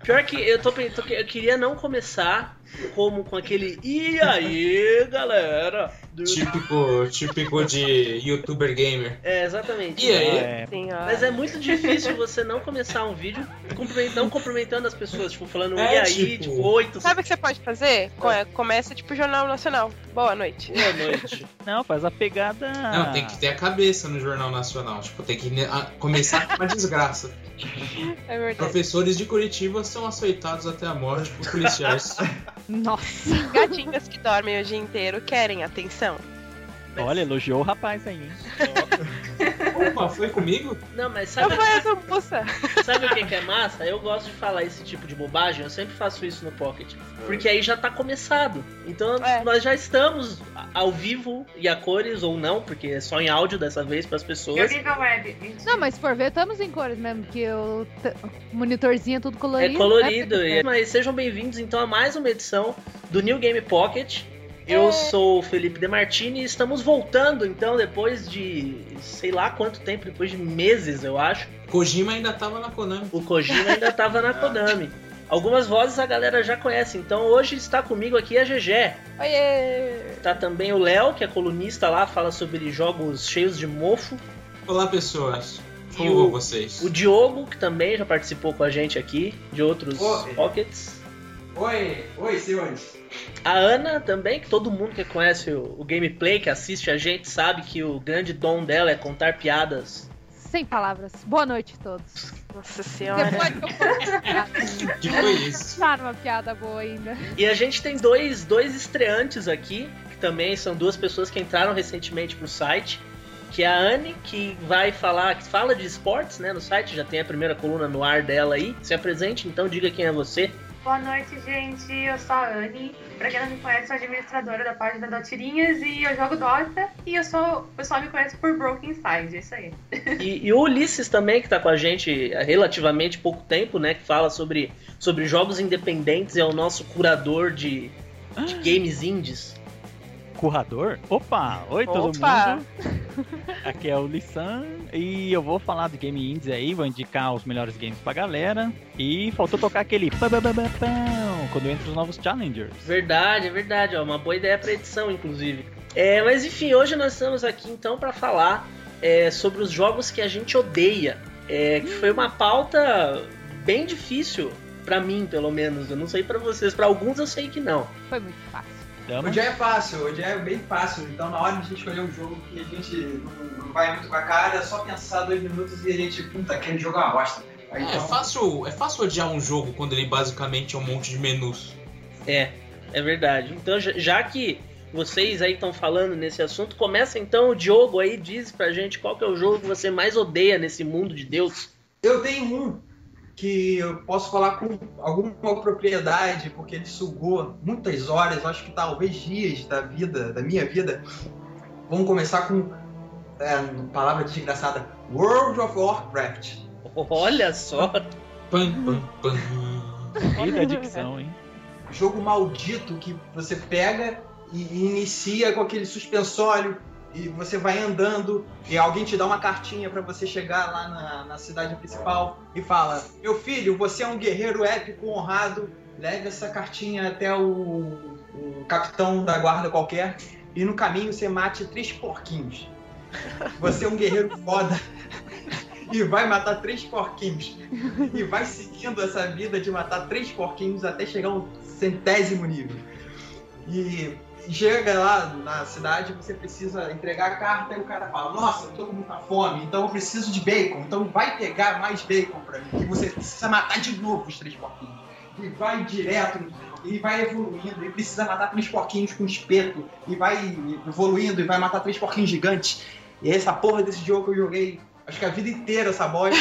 Pior que eu queria não começar como com aquele "E aí, galera?" Típico de youtuber gamer. É, exatamente. E aí? Mas é muito difícil você não começar um vídeo não cumprimentando as pessoas, tipo, falando "E aí?", tipo, "Oi, tudo". Sabe o que você pode fazer? Começa tipo Jornal Nacional. Boa noite. Boa noite. Não, faz a pegada... Não, tem que ter a cabeça no Jornal Nacional. Tipo, tem que começar com uma desgraça. É verdade. Professores de Curitiba são açoitados até a morte por policiais. Nossa. Gatinhas que dormem o dia inteiro querem atenção. Olha, elogiou o rapaz aí, hein? Opa, foi comigo? Não, mas Não sabe, foi essa moça. sabe o que é massa? Eu gosto de falar esse tipo de bobagem, eu sempre faço isso no Pocket. Porque aí já tá começado. Então nós já estamos ao vivo e a cores, ou não, porque é só em áudio dessa vez pras pessoas. Não, mas por ver, estamos em cores mesmo, que o monitorzinho é tudo colorido. É colorido, mas sejam bem-vindos então a mais uma edição do New Game Pocket. Eu sou o Felipe Demartini e estamos voltando então depois de sei lá quanto tempo, depois de meses eu acho. Kojima ainda tava na Konami. O Kojima ainda tava na Konami. Algumas vozes a galera já conhece, então hoje está comigo aqui a GG. Oiê! Tá também o Léo, que é colunista lá, fala sobre jogos cheios de mofo. Olá, pessoas. Como vão vocês? O Diogo, que também já participou com a gente aqui, de outros Pockets. Oi, senhores. A Ana também, que todo mundo que conhece o gameplay, que assiste a gente, sabe que o grande dom dela é contar piadas. Sem palavras. Boa noite a todos. Nossa senhora. Que foi isso? Claro, uma piada boa ainda. E a gente tem dois estreantes aqui, que também são duas pessoas que entraram recentemente pro site. Que é a Anne, que fala de esportes, né, no site, já tem a primeira coluna no ar dela aí. Se apresente, então diga quem é você. Boa noite, gente. Eu sou a Anne. Pra quem não me conhece, sou administradora da página Dotirinhas e eu jogo Dota. E o pessoal me conhece por Broken Side, é isso aí. E o Ulisses também, que tá com a gente há relativamente pouco tempo, né? Que fala sobre jogos independentes, é o nosso curador de games indies. Curador? Opa! Oi, todo mundo! Aqui é o Lissan e eu vou falar de game indies aí, vou indicar os melhores games pra galera. E faltou tocar aquele quando entra os novos challengers. Verdade, é verdade, ó, uma boa ideia pra edição, inclusive. Mas enfim, hoje nós estamos aqui então pra falar sobre os jogos que a gente odeia. Que foi uma pauta bem difícil pra mim, pelo menos. Eu não sei pra vocês, pra alguns eu sei que não. Foi muito fácil. Hoje é fácil, hoje é bem fácil. Então, na hora de a gente escolher um jogo que a gente não vai muito com a cara, é só pensar 2 minutos e a gente, puta, aquele jogo é uma bosta. Aí, então... é fácil odiar um jogo quando ele basicamente é um monte de menus. É verdade. Então, já que vocês aí estão falando nesse assunto, começa então o Diogo aí, diz pra gente qual que é o jogo que você mais odeia nesse mundo de Deus. Eu tenho um que eu posso falar com alguma propriedade, porque ele sugou muitas horas, acho que talvez dias da minha vida. Vamos começar com palavra desgraçada, World of Warcraft. Olha só! E da dicção, hein? Jogo maldito que você pega e inicia com aquele suspensório e você vai andando e alguém te dá uma cartinha pra você chegar lá na cidade principal e fala: meu filho, você é um guerreiro épico honrado, leve essa cartinha até o capitão da guarda qualquer e no caminho você mate 3 porquinhos. Você é um guerreiro foda e vai matar 3 porquinhos e vai seguindo essa vida de matar 3 porquinhos até chegar ao 100º nível. E chega lá na cidade, você precisa entregar a carta e o cara fala: nossa, eu tô com muita fome, então eu preciso de bacon, então vai pegar mais bacon pra mim, que você precisa matar de novo os 3 porquinhos. E vai direto, e vai evoluindo, e precisa matar 3 porquinhos com espeto, e vai evoluindo, e vai matar 3 porquinhos gigantes. E essa porra desse jogo que eu joguei, acho que a vida inteira, essa bosta.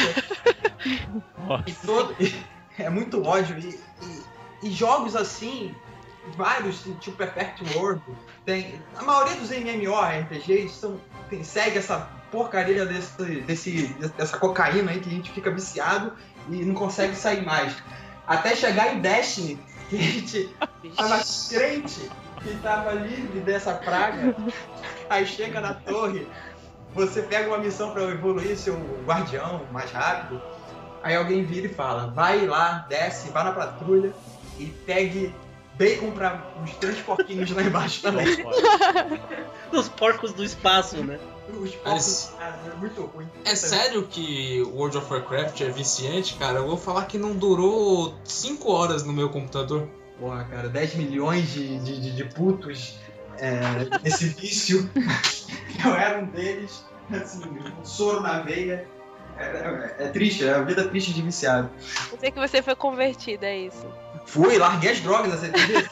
É muito ódio. E jogos assim, vários, tipo Perfect World, a maioria dos MMORPGs segue essa porcaria dessa cocaína aí que a gente fica viciado e não consegue sair mais. Até chegar em Destiny, que a gente tava crente que tava livre dessa praga, aí chega na torre, você pega uma missão para evoluir seu guardião mais rápido, Aí alguém vira e fala, vai lá, desce, vai na patrulha e pegue bacon pra os 3 porquinhos lá embaixo também. Os porcos do espaço, né? Os porcos, é muito ruim. É sério que World of Warcraft é viciante, cara? Eu vou falar que não durou 5 horas no meu computador. Porra, cara, 10 milhões de putos nesse vício. Eu era um deles, assim, um soro na veia. É triste, é a vida triste de viciado. Eu sei que você foi convertido, é isso. Fui, larguei as drogas, você entendeu?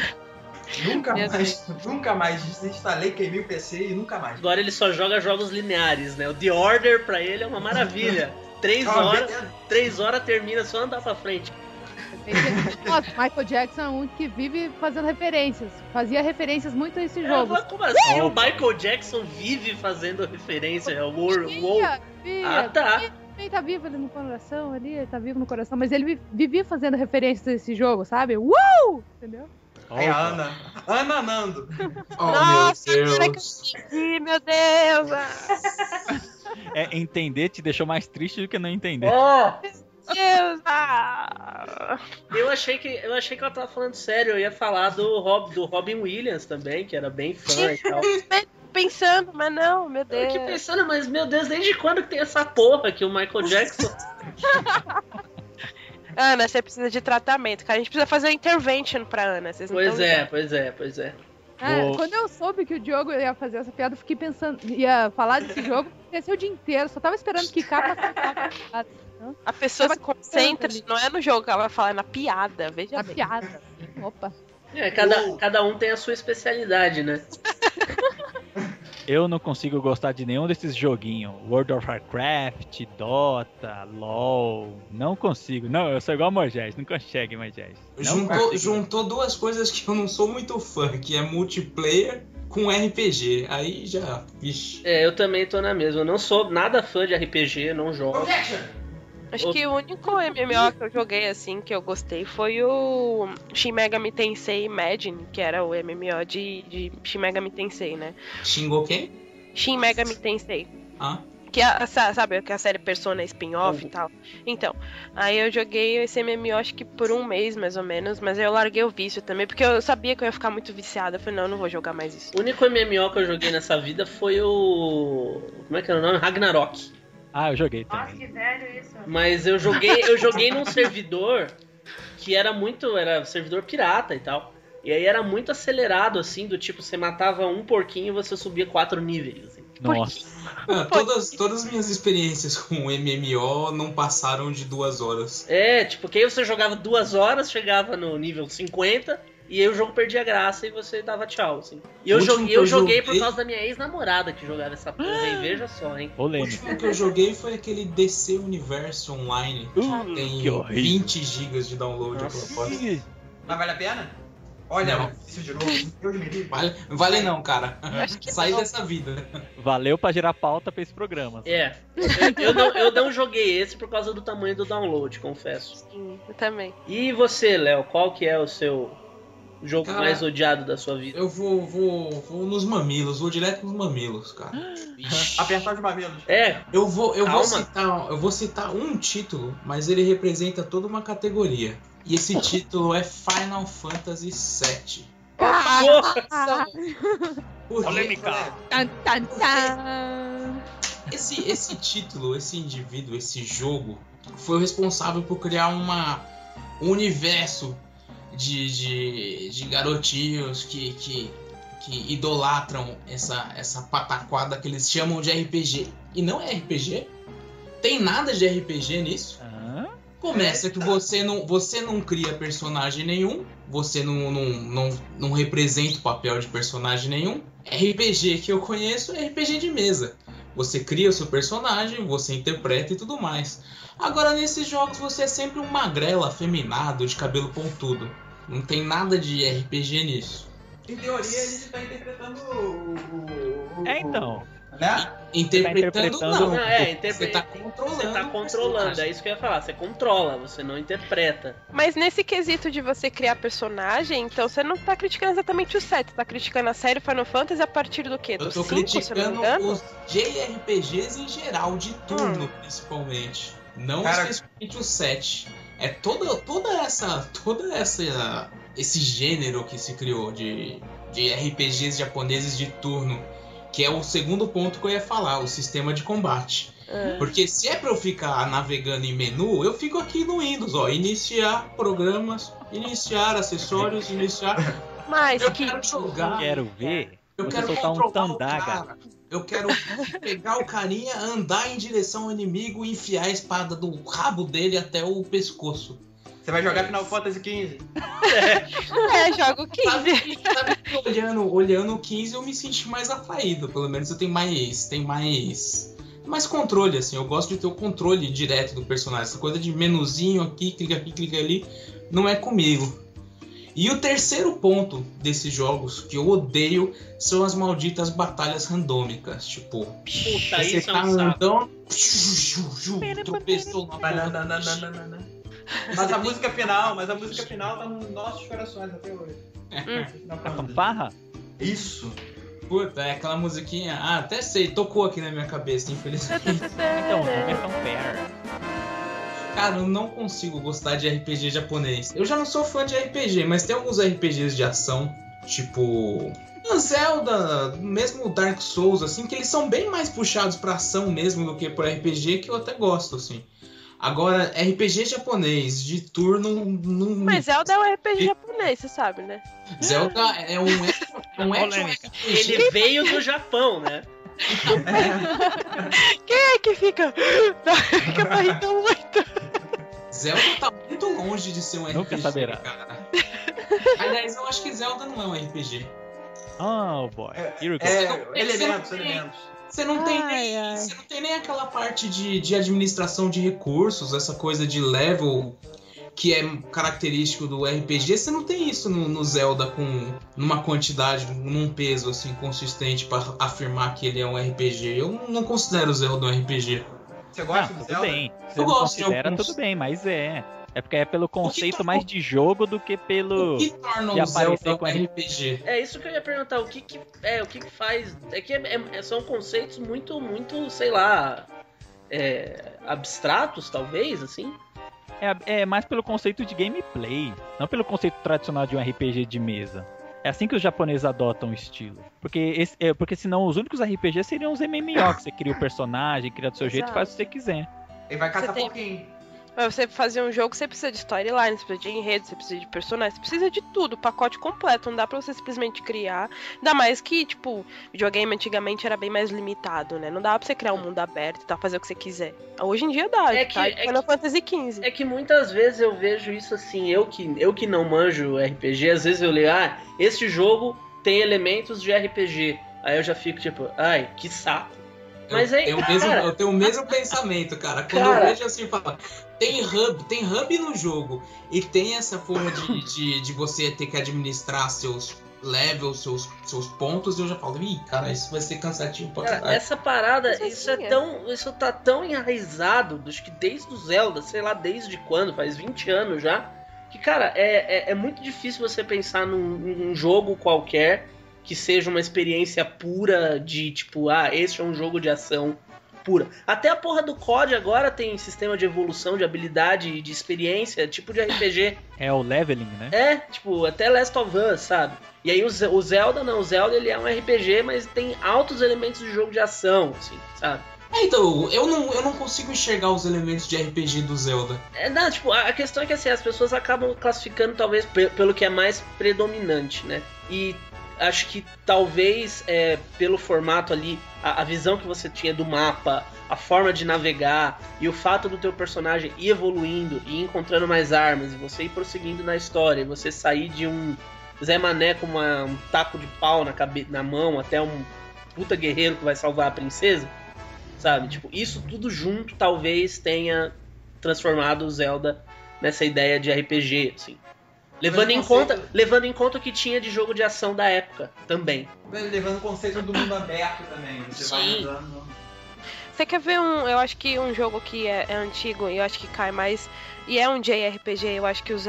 Nunca mais desinstalei, queimei o PC e nunca mais. Agora ele só joga jogos lineares, né? O The Order pra ele é uma maravilha. 3 horas termina, só andar pra frente. Nossa, Michael Jackson é um que vive fazendo referências. Fazia referências muito a esse jogo. Mas como assim? O Michael Jackson vive fazendo referência ao WoW? Ah, tá. Ele tá vivo ali no coração, ele tá vivo no coração, mas ele vivia fazendo referências a esse jogo, sabe? Entendeu? É a Ana Nando. Oh, Nossa, meu cara, Deus. que eu meu Deus! Entender te deixou mais triste do que não entender. Deus! Eu achei que ela tava falando sério. Eu ia falar do Robin Williams também, que era bem fã e tal. Pensando, mas não, meu Deus. Eu fiquei pensando, mas meu Deus, desde quando que tem essa porra que o Michael Jackson... Ana, você precisa de tratamento, cara. A gente precisa fazer um intervention pra Ana. Vocês não Pois estão é. Quando eu soube que o Diogo ia fazer essa piada, eu fiquei pensando, ia falar desse jogo, pensei o dia inteiro, só tava esperando quicar pra ficar. A pessoa se concentra, não é no jogo que ela vai falar, é na piada, veja bem. Na piada. Opa. Cada um tem a sua especialidade, né? Eu não consigo gostar de nenhum desses joguinhos. World of Warcraft, Dota, LoL. Não consigo. Não, eu sou igual a Moisés, não consegue, Moisés. Juntou 2 coisas que eu não sou muito fã, que é multiplayer com RPG. Aí já... Vixe. Eu também tô na mesma. Eu não sou nada fã de RPG, não jogo. Acho que o único MMO que eu joguei assim, que eu gostei, foi o Shin Megami Tensei Imagine, que era o MMO de Shin Megami Tensei, né? Xingou quem? Shin Megami Tensei. Ah. Que sabe, que a série Persona spin-off e tal. Então, aí eu joguei esse MMO acho que por 1 mês, mais ou menos, mas aí eu larguei o vício também, porque eu sabia que eu ia ficar muito viciada. Eu falei, não vou jogar mais isso. O único MMO que eu joguei nessa vida foi o... Como é que era o nome? Ragnarok. Ah, eu joguei também. Nossa, que velho isso. Mas eu joguei num servidor que era servidor pirata e tal. E aí era muito acelerado, assim, do tipo, você matava um porquinho e você subia 4 níveis, assim. Nossa. Todas as minhas experiências com MMO não passaram de 2 horas. Tipo, que aí você jogava 2 horas, chegava no nível 50... E aí o jogo perdia a graça e você dava tchau, assim. E eu joguei por causa da minha ex-namorada que jogava essa porra aí, veja só, hein. O último que eu joguei foi aquele DC Universo Online. Tem 20 GB de download a proposta. Mas vale a pena? Olha, isso de novo. Deus me livre. Vale não, cara. Sai dessa vida. Valeu pra gerar pauta pra esse programa. Eu não joguei esse por causa do tamanho do download, confesso. Sim, eu também. E você, Léo, qual que é o seu... O jogo mais odiado da sua vida? Eu vou nos mamilos, vou direto nos mamilos, cara. Apertar os mamilos. Eu vou citar um título, mas ele representa toda uma categoria. E esse título é Final Fantasy VII. Polêmica. Esse título, esse indivíduo, esse jogo, foi o responsável por criar um universo de garotinhos que idolatram essa pataquada que eles chamam de RPG. E não é RPG? Tem nada de RPG nisso? Começa que você não cria personagem nenhum, você não representa o papel de personagem nenhum. RPG que eu conheço é RPG de mesa. Você cria o seu personagem, você interpreta e tudo mais. Agora, nesses jogos, você é sempre um magrelo afeminado, de cabelo pontudo. Não tem nada de RPG nisso. Em teoria, ele está interpretando então. Né? Interpretando não. Você tá controlando. É isso que eu ia falar. Você controla, você não interpreta. Mas nesse quesito de você criar personagem, então você não tá criticando exatamente o set. Você tá criticando a série Final Fantasy a partir do quê? Eu tô criticando os JRPGs em geral, de turno, principalmente. Não especificamente o 7. É esse gênero que se criou de RPGs japoneses de turno, que é o segundo ponto que eu ia falar, o sistema de combate. Porque se é pra eu ficar navegando em menu, eu fico aqui no Windows, ó, iniciar programas, iniciar acessórios, iniciar... Mas eu quero jogar. Quero ver. Eu quero soltar um tandaga. Eu quero pegar o carinha, andar em direção ao inimigo e enfiar a espada do rabo dele até o pescoço. Você vai jogar Final Fantasy XV? Jogo 15. Sabe que olhando o 15 eu me senti mais atraído. Pelo menos eu tenho mais controle, assim. Eu gosto de ter o controle direto do personagem. Essa coisa de menuzinho aqui, clica ali, não é comigo. E o terceiro ponto desses jogos que eu odeio são as malditas batalhas randômicas. Tipo, Puta, você isso tá é um saco. andando, tropeçou na Mas a música final tá nos nossos corações até hoje. A fanfarra? Isso. Puta, é aquela musiquinha. Ah, até sei, tocou aqui na minha cabeça, infelizmente. Então, não é tão fair. Cara, eu não consigo gostar de RPG japonês. Eu já não sou fã de RPG, mas tem alguns RPGs de ação, tipo Zelda, mesmo Dark Souls, assim, que eles são bem mais puxados pra ação mesmo do que pro RPG, que eu até gosto, assim. Agora, RPG japonês de turno não... Mas Zelda é um RPG japonês, você sabe, né? Zelda é um action RPG. Ele veio do Japão, né? Quem é que fica? Que eu tô rindo muito. Zelda tá muito longe de ser um Nunca RPG, saberá. cara. Aliás, eu acho que Zelda não é um RPG. Oh, boy. Here we go. Elementos. Você não tem nem aquela parte de administração de recursos, essa coisa de level que é característico do RPG. Você não tem isso no Zelda numa quantidade, num peso assim consistente pra afirmar que ele é um RPG. Eu não considero o Zelda um RPG. Você gosta de tudo Zelda? bem. Você Eu não gosto de considera, alguns. tudo bem, mas é. É porque é pelo conceito mais de jogo do que pelo... O que torna de o Zelda aparecer um com RPG? É isso que eu ia perguntar, o que faz... É que são conceitos muito, sei lá, abstratos, talvez, assim? É mais pelo conceito de gameplay, não pelo conceito tradicional de um RPG de mesa. É assim que os japoneses adotam o estilo. Porque senão os únicos RPGs seriam os MMO, que você cria o personagem, cria do seu jeito e faz o que você quiser. Ele vai caçar Você tem- pouquinho. Pra você fazer um jogo, você precisa de storyline, você precisa de enredo, você precisa de personagens, você precisa de tudo, pacote completo. Não dá pra você simplesmente criar. Ainda mais que, tipo, videogame antigamente era bem mais limitado, né? Não dava pra você criar um mundo aberto e tal, fazer o que você quiser. Hoje em dia dá, Final Fantasy XV. É que muitas vezes eu vejo isso assim, eu que não manjo RPG, às vezes eu leio, este jogo tem elementos de RPG. Aí eu já fico tipo, ai, que saco. Mas aí, Eu tenho o mesmo pensamento, cara. Quando eu vejo assim, fala, tem hub no jogo e tem essa forma de você ter que administrar seus levels, seus pontos, eu já falo, cara, isso vai ser cansativo pra cara, caralho. essa parada, Isso isso tá tão enraizado, acho que desde o Zelda, sei lá desde quando, faz 20 anos já, que, cara, é muito difícil você pensar num jogo qualquer que seja uma experiência pura de, tipo, esse é um jogo de ação pura. Até a porra do COD agora tem sistema de evolução, de habilidade e de experiência, tipo de RPG. É o leveling, né? Tipo, até Last of Us, sabe? E aí o Zelda não, o Zelda ele é um RPG, mas tem altos elementos de jogo de ação, assim, sabe? Então, eu não consigo enxergar os elementos de RPG do Zelda. Não, tipo, a questão é que assim, as pessoas acabam classificando talvez pelo que é mais predominante, né? E acho que talvez pelo formato ali, a visão que você tinha do mapa, a forma de navegar e o fato do teu personagem ir evoluindo e ir encontrando mais armas e você ir prosseguindo na história, e você sair de um Zé Mané com um taco de pau na mão até um puta guerreiro que vai salvar a princesa, sabe? Tipo, isso tudo junto talvez tenha transformado o Zelda nessa ideia de RPG, assim. Levando em conta o que tinha de jogo de ação da época também. Levando o conceito do mundo aberto também. Você vai Sim. andando. Você quer ver eu acho que um jogo que é antigo e eu acho que cai mais, e é um JRPG, eu acho que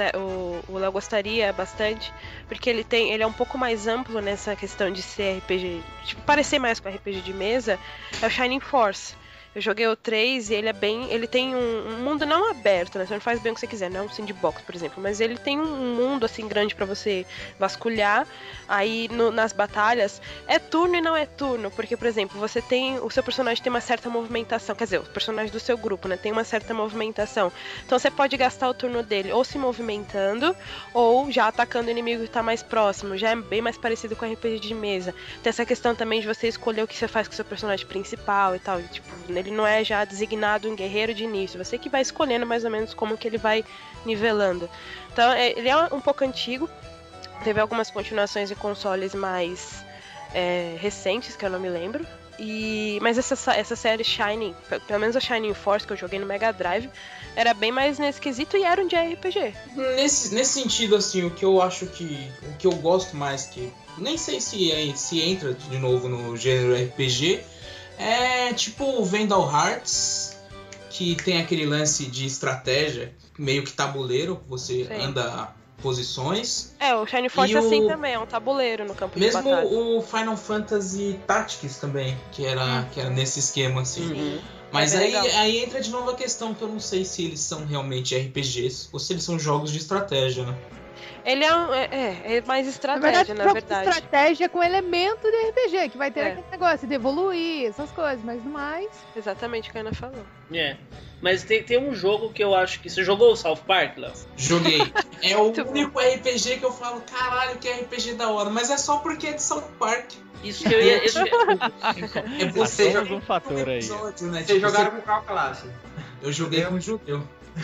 o Léo gostaria bastante, porque ele é um pouco mais amplo nessa questão de ser RPG, tipo, parecer mais com RPG de mesa, é o Shining Force. Eu joguei o 3 e ele tem um mundo não aberto, né? Você não faz bem o que você quiser, não é um sandbox, por exemplo. Mas ele tem um mundo, assim, grande pra você vasculhar. Aí, nas batalhas, é turno e não é turno. Porque, por exemplo, o seu personagem tem uma certa movimentação. Quer dizer, o personagem do seu grupo, né? Tem uma certa movimentação. Então, você pode gastar o turno dele ou se movimentando, ou já atacando o inimigo que tá mais próximo. Já é bem mais parecido com RPG de mesa. Tem essa questão também de você escolher o que você faz com o seu personagem principal e tal. E, tipo, ele não é já designado um guerreiro de início. Você que vai escolhendo mais ou menos como que ele vai nivelando. Então, ele é um pouco antigo. Teve algumas continuações de consoles mais recentes, que eu não me lembro. Mas essa série Shining, pelo menos a Shining Force que eu joguei no Mega Drive, era bem mais nesse quesito e era um de RPG. Nesse sentido, assim, o que eu acho o que eu gosto mais, que nem sei se entra de novo no gênero RPG, é tipo o Vandal Hearts, que tem aquele lance de estratégia, meio que tabuleiro, você Sim. anda posições. O Shining Force é assim também, é um tabuleiro no campo de batalha. Mesmo o Final Fantasy Tactics também, que era nesse esquema, assim. Uhum. Mas É aí entra de novo a questão que eu não sei se eles são realmente RPGs ou se eles são jogos de estratégia, né? Ele é mais estratégia, na verdade. Estratégia com elemento de RPG, que vai ter aquele negócio de evoluir, essas coisas, mas no mais... Exatamente o que a Ana falou. Mas tem um jogo que eu acho que... Você jogou o South Park, Léo? Joguei. É o único RPG que eu falo, caralho, que RPG da hora. Mas é só porque é de South Park. Isso que eu ia... É você jogar um fator aí. Né? Vocês jogaram com qual classe? Eu joguei com o judeu.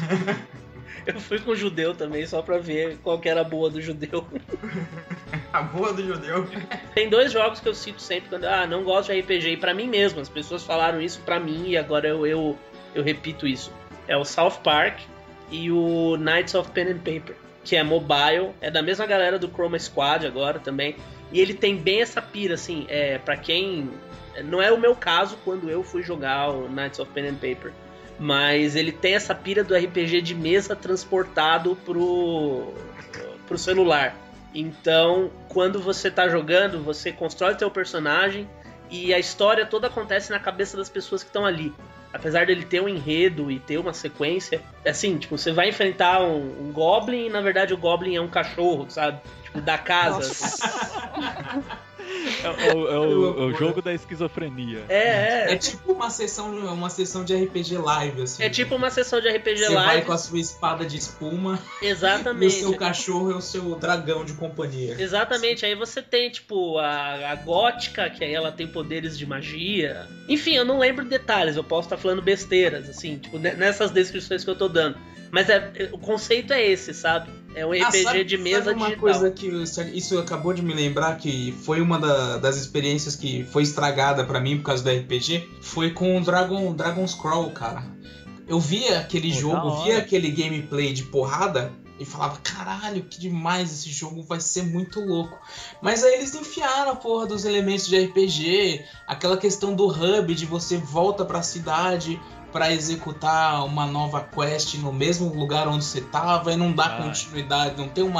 Eu fui com o judeu também, só pra ver qual que era a boa do judeu. A boa do judeu. Tem 2 jogos que eu cito sempre quando... não gosto de RPG. E pra mim mesmo, as pessoas falaram isso pra mim e agora eu repito isso. É o South Park e o Knights of Pen and Paper, que é mobile. É da mesma galera do Chroma Squad agora também. E ele tem bem essa pira, assim, pra quem... Não é o meu caso quando eu fui jogar o Knights of Pen and Paper. Mas ele tem essa pira do RPG de mesa transportado pro celular. Então, quando você tá jogando, você constrói o teu personagem e a história toda acontece na cabeça das pessoas que estão ali. Apesar dele ter um enredo e ter uma sequência, assim, tipo, você vai enfrentar um Goblin e na verdade o Goblin é um cachorro, sabe? Tipo, da casa. É o jogo da esquizofrenia. É tipo uma sessão de RPG live, assim. É tipo uma sessão de RPG Você live. vai com a sua espada de espuma. Exatamente. E o seu cachorro é o seu dragão de companhia. Exatamente. Aí você tem, tipo, a gótica, que aí ela tem poderes de magia. Enfim, eu não lembro detalhes, eu posso estar falando besteiras, assim, tipo, nessas descrições que eu tô dando. Mas o conceito é esse, sabe? É um RPG de mesa sabe uma digital. Coisa que isso acabou de me lembrar, que foi uma das experiências que foi estragada pra mim por causa do RPG, foi com o Dragon Scroll, cara. Eu via aquele jogo, via aquele gameplay de porrada e falava, caralho, que demais, esse jogo vai ser muito louco. Mas aí eles enfiaram a porra dos elementos de RPG, aquela questão do hub, de você volta pra cidade pra executar uma nova quest no mesmo lugar onde você tava e não dá continuidade, não tem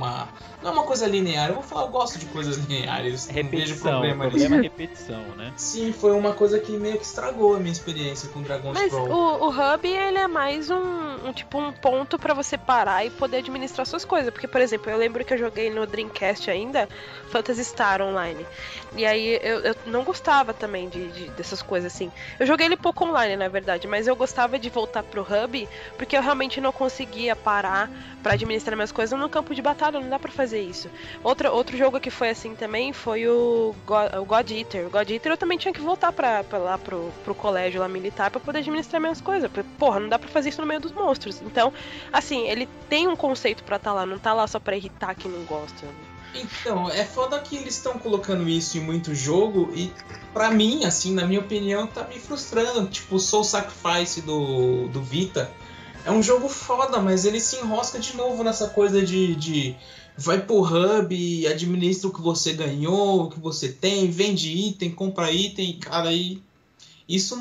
não é uma coisa linear. Eu vou falar, eu gosto de coisas lineares. Repetição, não vejo problema é repetição, né? Sim, foi uma coisa que meio que estragou a minha experiência com Dragon Scroll. Mas o hub, ele é mais um ponto pra você parar e poder administrar suas coisas. Porque, por exemplo, eu lembro que eu joguei no Dreamcast ainda Phantasy Star Online. E aí eu não gostava também dessas coisas assim. Eu joguei ele pouco online, na verdade, mas eu gostava de voltar pro hub porque eu realmente não conseguia parar pra administrar minhas coisas no campo de batalha, não dá pra fazer isso. Outro jogo que foi assim também foi o God Eater. O God Eater eu também tinha que voltar pra lá pro colégio lá militar pra poder administrar minhas coisas. Porra, não dá pra fazer isso no meio dos monstros. Então, assim, ele tem um conceito pra tá lá, não tá lá só pra irritar quem não gosta. Então, é foda que eles estão colocando isso em muito jogo e pra mim, assim, na minha opinião, tá me frustrando. Tipo, o Soul Sacrifice do Vita é um jogo foda, mas ele se enrosca de novo nessa coisa de vai pro hub, administra o que você ganhou, o que você tem, vende item, compra item, cara, aí isso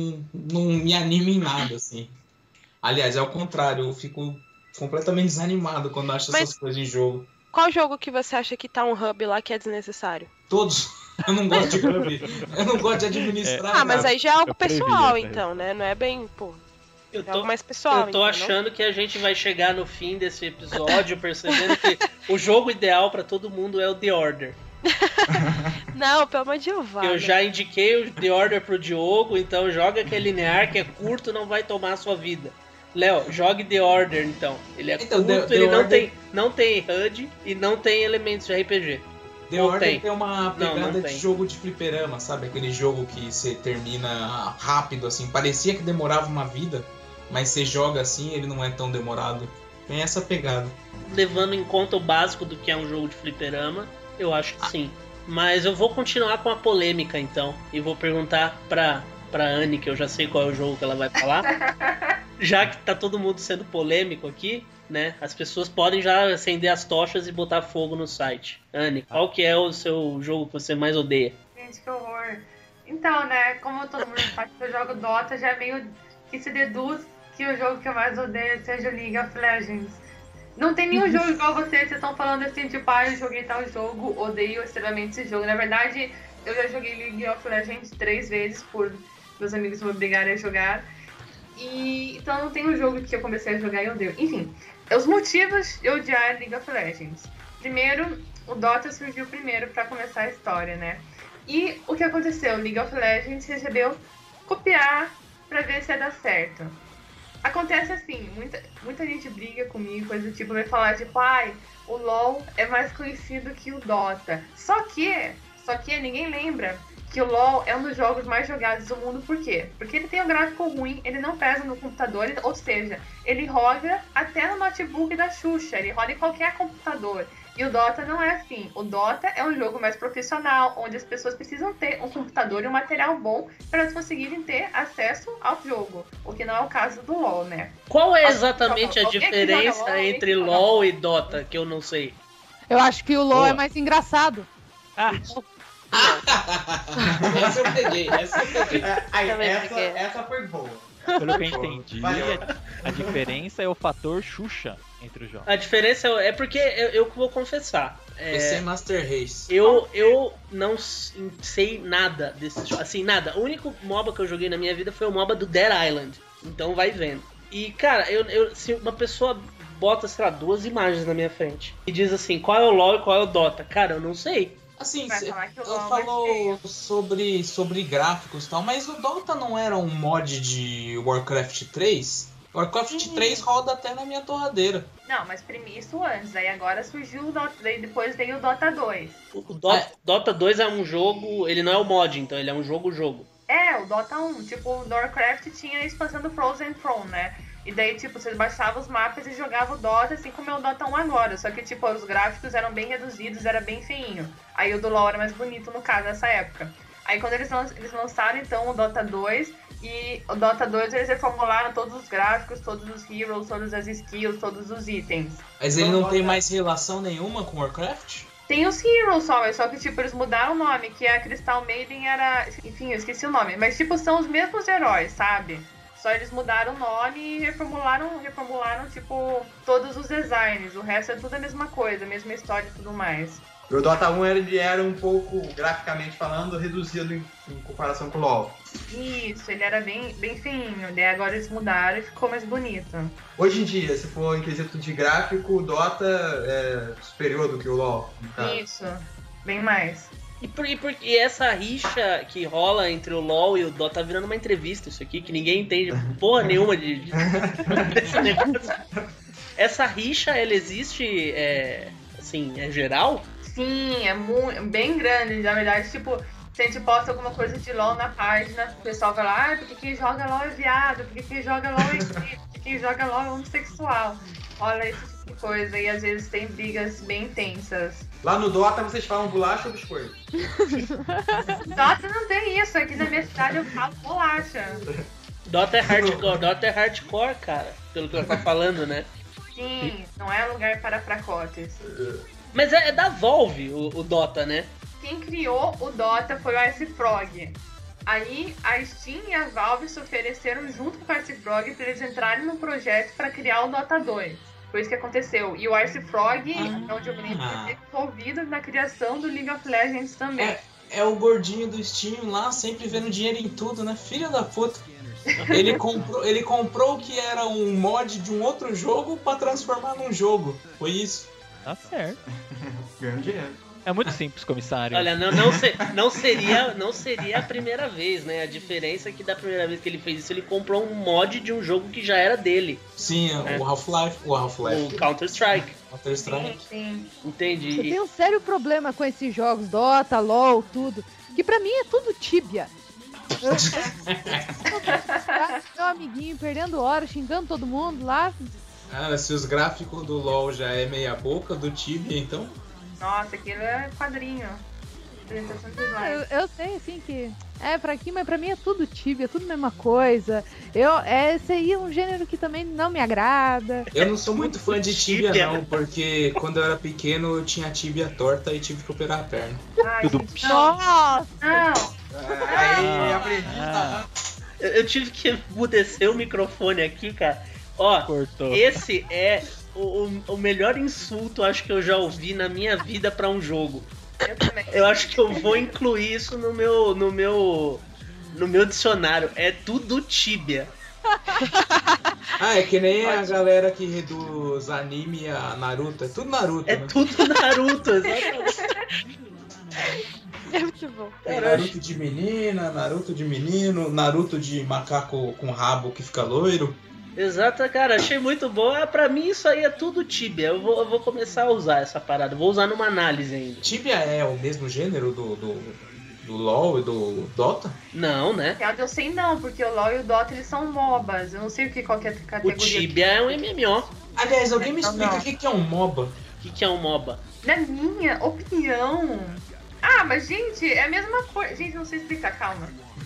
não me anima em nada, assim. Aliás, é o contrário, eu fico completamente desanimado quando acho essas coisas em jogo. Qual jogo que você acha que tá um hub lá que é desnecessário? Todos. Eu não gosto de hub. Eu não gosto de administrar. Ah, mas nada. aí já é algo Eu previ pessoal, essa então, né? Não é bem, pô. Eu É algo mais pessoal. Eu tô achando que a gente vai chegar no fim desse episódio percebendo que o jogo ideal pra todo mundo é o The Order. Não, pelo amor de Deus, Eu já indiquei o The Order pro Diogo, então joga que é linear, que é curto, não vai tomar a sua vida. Léo, jogue The Order então. Ele é Então, curto, The ele Order- não tem HUD e não tem elementos de RPG. The Não Order tem. uma pegada não de tem. jogo de fliperama, sabe? Aquele jogo que você termina rápido, assim. Parecia que demorava uma vida, mas você joga assim, ele não é tão demorado. Tem essa pegada. Levando em conta o básico do que é um jogo de fliperama, eu acho que sim. Mas eu vou continuar com a polêmica então. E vou perguntar pra Anne, que eu já sei qual é o jogo que ela vai falar. Já que tá todo mundo sendo polêmico aqui, né? As pessoas podem já acender as tochas e botar fogo no site. Anne, qual que é o seu jogo que você mais odeia? Gente, que horror. Então, né, como todo mundo sabe que eu jogo Dota, já é meio que se deduz que o jogo que eu mais odeio seja o League of Legends. Não tem nenhum jogo igual vocês estão falando assim, tipo, eu joguei tal jogo, odeio extremamente esse jogo. Na verdade, eu já joguei League of Legends 3 vezes por meus amigos me obrigarem a jogar. E então não tem um jogo que eu comecei a jogar e odeio. Enfim, os motivos de eu odiar League of Legends. Primeiro, o Dota surgiu primeiro pra começar a história, né? E o que aconteceu? League of Legends recebeu copiar pra ver se ia dar certo. Acontece assim, muita gente briga comigo, coisa do tipo, vai falar tipo, o LoL é mais conhecido que o Dota. Só que ninguém lembra que o LoL é um dos jogos mais jogados do mundo. Por quê? Porque ele tem um gráfico ruim, ele não pesa no computador, ou seja, ele roda até no notebook da Xuxa, ele roda em qualquer computador. E o Dota não é assim. O Dota é um jogo mais profissional, onde as pessoas precisam ter um computador e um material bom para elas conseguirem ter acesso ao jogo. O que não é o caso do LoL, né? Qual é exatamente a Alguém que joga diferença LoL, entre alguém que LoL e Dota, que eu não sei? Eu acho que o LoL Boa. é mais engraçado. Essa eu peguei. Também peguei. Essa foi boa. Pelo que eu entendi, Valeu. a diferença é o fator Xuxa entre os jogos. A diferença é porque eu vou confessar. PC Master Race. Eu não sei nada desse jogo. Assim, nada. O único MOBA que eu joguei na minha vida foi o MOBA do Dead Island. Então vai vendo. E, cara, se uma pessoa bota, sei lá, 2 imagens na minha frente e diz assim, qual é o LoL e qual é o Dota? Cara, eu não sei. Assim, Vai falar que o eu LoL falou sobre gráficos e tal, mas o Dota não era um mod de Warcraft 3? Warcraft 3 roda até na minha torradeira. Não, mas isso antes. Aí agora surgiu o Dota, daí depois veio o Dota 2. O Dota 2 é um jogo, ele não é o mod, então ele é um jogo. É, o Dota 1. Tipo, o Warcraft tinha a expansão do Frozen Throne, né? E daí, tipo, vocês baixavam os mapas e jogavam o Dota, assim como é o Dota 1 agora. Só que, tipo, os gráficos eram bem reduzidos, era bem feinho. Aí o do LoL era mais bonito, no caso, nessa época. Aí quando eles lançaram, então, o Dota 2... E o Dota 2 eles reformularam todos os gráficos, todos os heroes, todas as skills, todos os itens. Mas ele não tem mais relação nenhuma com Warcraft? Tem os heroes só que tipo, eles mudaram o nome, que a Crystal Maiden era... Enfim, eu esqueci o nome. Mas tipo, são os mesmos heróis, sabe? Só eles mudaram o nome e reformularam tipo, todos os designs. O resto é tudo a mesma coisa, a mesma história e tudo mais. O Dota 1 ele era um pouco, graficamente falando, reduzido em comparação com o LoL. Isso, ele era bem feinho. Daí agora eles mudaram e ficou mais bonito. Hoje em dia, se for em quesito de gráfico, o Dota é superior do que o LoL, no caso. Isso, bem mais. E essa rixa que rola entre o LoL e o Dota tá virando uma entrevista isso aqui, que ninguém entende porra nenhuma desse negócio. Essa rixa, ela existe, assim, é geral? Sim, é bem grande, na verdade, tipo, se a gente posta alguma coisa de LoL na página, o pessoal vai lá, porque quem joga LoL é viado, porque quem joga LoL é gay, porque quem joga LoL é homossexual. Olha esse tipo de coisa, e às vezes tem brigas bem intensas. Lá no Dota vocês falam bolacha ou biscoito? Dota não tem isso, aqui na minha cidade eu falo bolacha. Dota é hardcore, cara, pelo que ela tá falando, né? Sim, não é lugar para fracotes. Mas é da Valve o Dota, né? Quem criou o Dota foi o IceFrog. Aí a Steam e a Valve se ofereceram junto com o IceFrog para eles entrarem no projeto para criar o Dota 2. Foi isso que aconteceu. E o IceFrog, onde eu me lembro, esteve envolvido na criação do League of Legends também. é o gordinho do Steam lá, sempre vendo dinheiro em tudo, né? Filho da puta. Ele comprou o que era um mod de um outro jogo pra transformar num jogo. Foi isso. Tá certo. Ganhando dinheiro. É muito simples, comissário. Olha, não seria a primeira vez, né? A diferença é que da primeira vez que ele fez isso, ele comprou um mod de um jogo que já era dele. Sim, o Half-Life. O Counter-Strike. Sim. Entendi. Eu tenho um sério problema com esses jogos, Dota, LoL, tudo. Que pra mim é tudo Tibia. Meu amiguinho perdendo hora, xingando todo mundo lá. Ah, se os gráficos do LoL já é meia boca, do Tibia, então... Nossa, aquilo é quadrinho. Apresentação de slide. Eu sei, assim, que é pra aqui, mas pra mim é tudo Tibia, é tudo a mesma coisa. Esse aí é um gênero que também não me agrada. Eu não sou muito fã de Tibia, não, porque quando eu era pequeno eu tinha a Tibia torta e tive que operar a perna. Ai, Tudo. gente, não. Nossa! Não. Aí, aprendi, tá? Eu tive que emudecer o microfone aqui, cara. Ó, Cortou. esse é o melhor insulto, acho que eu já ouvi na minha vida pra um jogo. Eu também. Eu acho que eu vou incluir isso no meu dicionário. É tudo Tibia. Ah, é que nem a galera que reduz anime a Naruto. É tudo Naruto, É né? tudo Naruto, exatamente. É muito bom. Tem Naruto de menina, Naruto de menino, Naruto de macaco com rabo que fica loiro. Exato, cara, achei muito bom. Pra mim isso aí é tudo Tibia. Eu vou começar a usar essa parada. Vou usar numa análise ainda. Tibia é o mesmo gênero do LoL e do Dota? Não, né? Eu sei não, porque o LoL e o Dota eles são MOBAs. Eu não sei qual que é a O categoria. Tibia é um MMO. Aliás, alguém me explica Não. o que é um MOBA? O que é um MOBA? Na minha opinião... Ah, mas gente, é a mesma coisa. Gente, não sei explicar, calma.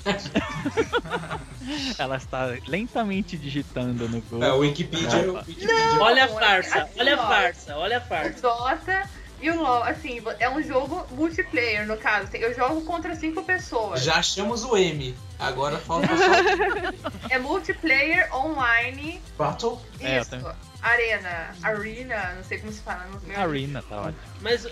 Ela está lentamente digitando no Google. É, o Wikipedia. Olha a Não, farsa, assim, olha a ó. farsa, olha a O farsa. Dota e o LoL, assim, é um jogo multiplayer, no caso. Eu jogo contra 5 pessoas. Já achamos o M. Agora falta só É multiplayer online. Battle. É, eu Isso. também. Arena, não sei como se fala. No meu... Arena, tá ótimo. Mas,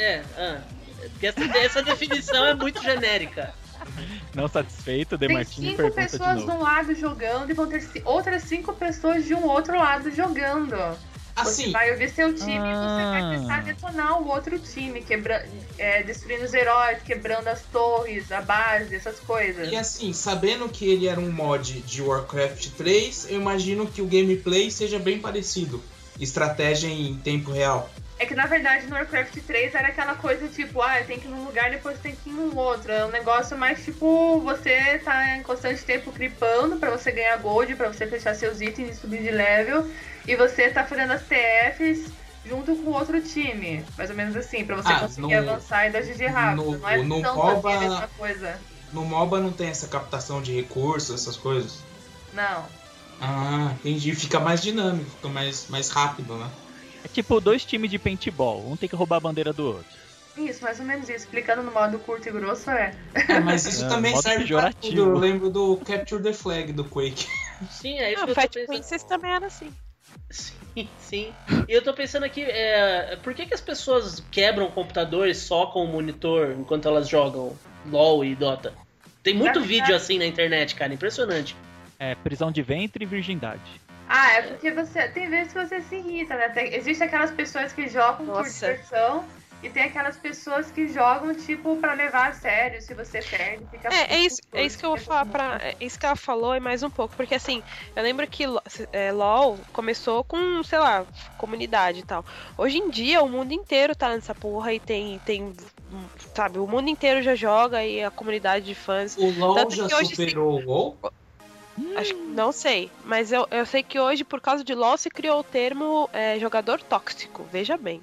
porque essa definição é muito genérica. Não satisfeito, Tem Demartini 5 pergunta de pessoas de novo. um lado jogando e vão ter outras 5 pessoas de um outro lado jogando. Você Assim, vai ouvir seu time e você vai tentar detonar o outro time, destruindo os heróis, quebrando as torres, a base, essas coisas. e assim, sabendo que ele era um mod de Warcraft 3, eu imagino que o gameplay seja bem parecido. Estratégia em tempo real. É que na verdade no Warcraft 3 era aquela coisa tipo, tem que ir num lugar e depois tem que ir num outro. É um negócio mais tipo, você tá em constante tempo creepando pra você ganhar gold, pra você fechar seus itens e subir de level. E você tá fazendo as TFs junto com outro time. Mais ou menos assim, pra você conseguir avançar e dar GG rápido. Não é no tão MOBA, assim a mesma coisa. No MOBA não tem essa captação de recursos, essas coisas? Não. Ah, entendi. Fica mais dinâmico, fica mais rápido, né? É tipo 2 times de paintball, um tem que roubar a bandeira do outro. Isso, mais ou menos isso. Explicando no modo curto e grosso Mas isso também modo serve pra pejorativo. tudo. Eu lembro do Capture the Flag do Quake. Sim, é isso que O eu tô Fat pensando. Princess também era assim. Sim. E eu tô pensando aqui, por que as pessoas quebram o computador e socam o monitor enquanto elas jogam LoL e Dota? Tem muito vídeo assim na internet, cara, impressionante. É, prisão de ventre e virgindade. é porque tem vezes que você se irrita, né? Existem aquelas pessoas que jogam por Nossa. diversão e tem aquelas pessoas que jogam, tipo, pra levar a sério. Se você perde, fica... É isso que eu vou falar é isso que ela falou e mais um pouco. Porque assim, eu lembro que LoL começou com, sei lá, comunidade e tal. Hoje em dia o mundo inteiro tá nessa porra e tem sabe, o mundo inteiro já joga e a comunidade de fãs. O LoL Tanto já que hoje superou o WoW? Acho que não sei, mas eu sei que hoje, por causa de LoL, se criou o termo jogador tóxico, veja bem.